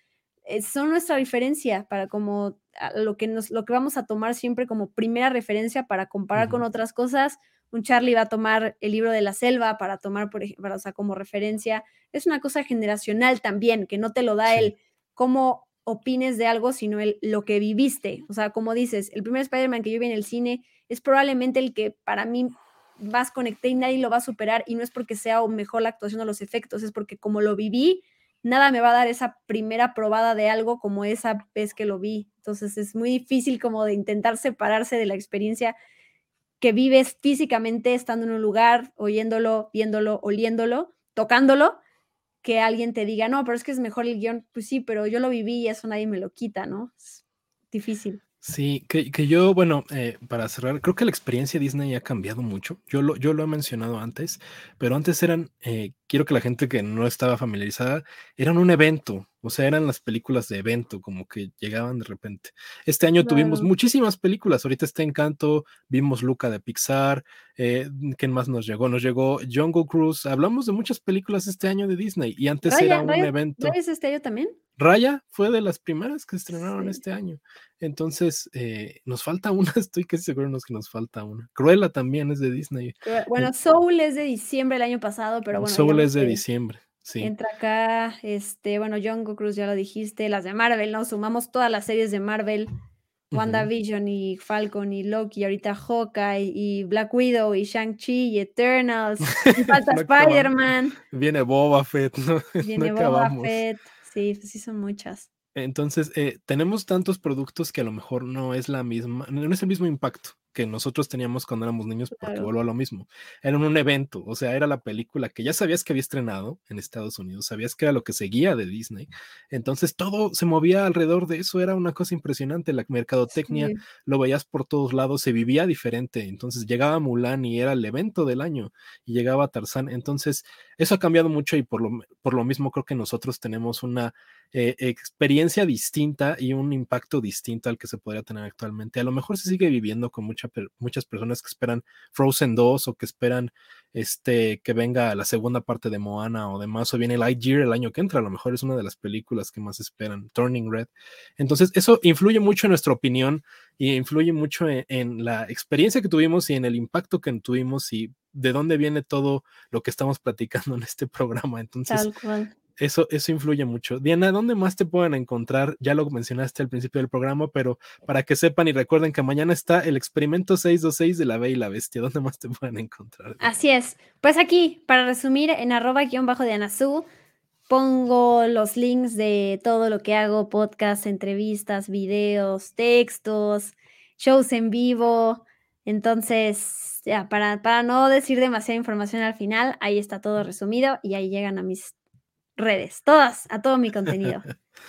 son nuestra referencia para como lo que vamos a tomar siempre como primera referencia para comparar con otras cosas. Un Charlie va a tomar el libro de la selva para tomar, por ejemplo, o sea, como referencia. Es una cosa generacional también, que no te lo da Sí. el cómo opines de algo, sino lo que viviste. O sea, como dices, el primer Spider-Man que yo vi en el cine es probablemente el que para mí más conecté y nadie lo va a superar, y no es porque sea o mejor la actuación o los efectos, es porque como lo viví, nada me va a dar esa primera probada de algo como esa vez que lo vi. Entonces es muy difícil como de intentar separarse de la experiencia que vives físicamente estando en un lugar, oyéndolo, viéndolo, oliéndolo, tocándolo, que alguien te diga, no, pero es que es mejor el guión. Pues sí, pero yo lo viví y eso nadie me lo quita, ¿no? Es difícil. Sí, que yo, bueno, para cerrar, creo que la experiencia Disney ha cambiado mucho. Yo lo he mencionado antes, pero antes eran, quiero que la gente que no estaba familiarizada, eran un evento, o sea, eran las películas de evento, como que llegaban de repente. Este año tuvimos Claro. muchísimas películas, ahorita está Encanto, vimos Luca de Pixar, ¿quién más nos llegó? Nos llegó Jungle Cruise, hablamos de muchas películas este año de Disney y antes era Raya, un Raya, evento. Raya es este año también. Raya fue de las primeras que estrenaron Sí. este año. Entonces, nos falta una, estoy casi seguro que nos falta una. Cruella también es de Disney. Bueno, En- Soul es de diciembre del año pasado, pero bueno, Soul digamos es de que diciembre, sí. entra acá, bueno, Jungle Cruise ya lo dijiste, las de Marvel, ¿no? Sumamos todas las series de Marvel, Ujú. WandaVision y Falcon y Loki, ahorita Hawkeye y Black Widow y Shang-Chi y Eternals, y falta No acabamos. Spider-Man, Viene Boba Fett, no, no viene Boba acabamos. Fett, sí, pues sí son muchas. Entonces, tenemos tantos productos que a lo mejor no es la misma, no es el mismo impacto que nosotros teníamos cuando éramos niños, porque Claro, vuelvo a lo mismo. Era un evento, o sea, era la película que ya sabías que había estrenado en Estados Unidos, sabías que era lo que seguía de Disney. Entonces, todo se movía alrededor de eso, era una cosa impresionante. La mercadotecnia sí, lo veías por todos lados, se vivía diferente. Entonces, llegaba Mulan y era el evento del año, y llegaba Tarzán. Entonces, eso ha cambiado mucho y por lo mismo creo que nosotros tenemos una experiencia distinta y un impacto distinto al que se podría tener actualmente. A lo mejor se sigue viviendo con muchas personas que esperan Frozen 2 o que esperan que venga la segunda parte de Moana o demás, o viene Lightyear el año que entra, a lo mejor es una de las películas que más esperan, Turning Red. Entonces, eso influye mucho en nuestra opinión y influye mucho en la experiencia que tuvimos y en el impacto que tuvimos y de dónde viene todo lo que estamos platicando en este programa. Entonces, tal cual. eso influye mucho. Diana, ¿dónde más te pueden encontrar? Ya lo mencionaste al principio del programa, pero para que sepan y recuerden que mañana está el experimento 626 de La Bella y la Bestia. ¿Dónde más te pueden encontrar, Diana? Así es. Pues aquí, para resumir, en @_de pongo los links de todo lo que hago, podcasts, entrevistas, videos, textos, shows en vivo. Entonces, ya, para no decir demasiada información al final, ahí está todo resumido y ahí llegan a mis redes, todas, a todo mi contenido.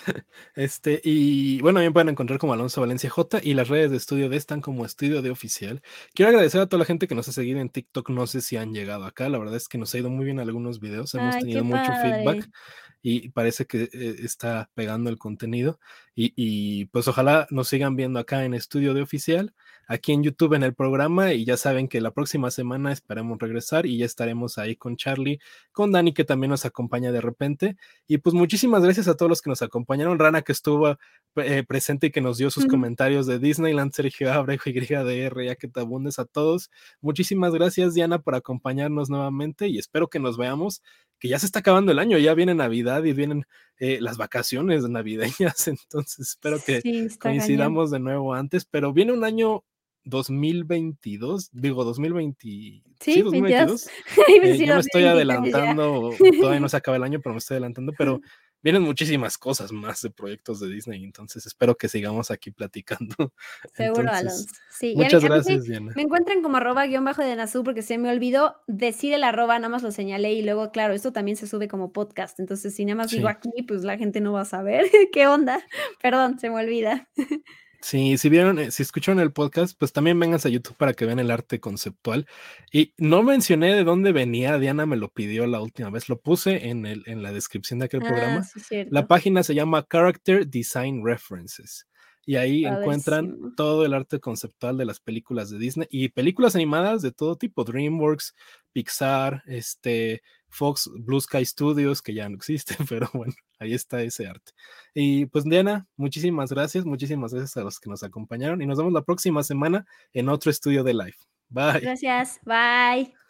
Y bueno, también pueden encontrar como Alonso Valencia J y las redes de Estudio D están como Estudio D Oficial. Quiero agradecer a toda la gente que nos ha seguido en TikTok. No sé si han llegado acá. La verdad es que nos ha ido muy bien algunos videos. Hemos Ay, qué tenido mucho padre. feedback y parece que está pegando el contenido. Y pues ojalá nos sigan viendo acá en Estudio D Oficial, aquí en YouTube en el programa. Y ya saben que la próxima semana esperamos regresar y ya estaremos ahí con Charlie, con Dani, que también nos acompaña de repente. Y pues muchísimas gracias a todos los que nos acompañaron. Rana, que estuvo presente y que nos dio sus comentarios de Disneyland, Sergio Abrejo, YDR, ya que te abundes a todos. Muchísimas gracias, Diana, por acompañarnos nuevamente y espero que nos veamos, que ya se está acabando el año, ya viene Navidad y vienen las vacaciones navideñas, entonces espero que Sí, está cañón. coincidamos de nuevo antes, pero viene un año 2022, digo 2020, sí, Sí, 22. 2022. Sí, Ya me estoy 2023 ya. adelantando, todavía no se acaba el año, pero me estoy adelantando, pero vienen muchísimas cosas más de proyectos de Disney, entonces espero que sigamos aquí platicando. Seguro, Entonces, Alonso. Sí, y muchas a mí gracias, Diana. me encuentran como @_de porque se me olvidó decir el arroba, nada más lo señalé y luego, claro, esto también se sube como podcast. Entonces, si nada más digo Sí, aquí, pues la gente no va a saber qué onda. Perdón, se me olvida. sí, si vieron, si escucharon el podcast, pues también vengan a YouTube para que vean el arte conceptual. Y no mencioné de dónde venía, Diana me lo pidió la última vez, lo puse en la descripción de aquel Ah, programa. sí, La cierto. página se llama Character Design References y ahí encuentran Padrísimo. todo el arte conceptual de las películas de Disney y películas animadas de todo tipo, DreamWorks, Pixar, Fox Blue Sky Studios, que ya no existe, pero bueno, ahí está ese arte. Y pues Diana, muchísimas gracias a los que nos acompañaron y nos vemos la próxima semana en otro estudio de Live. Bye. Gracias, bye.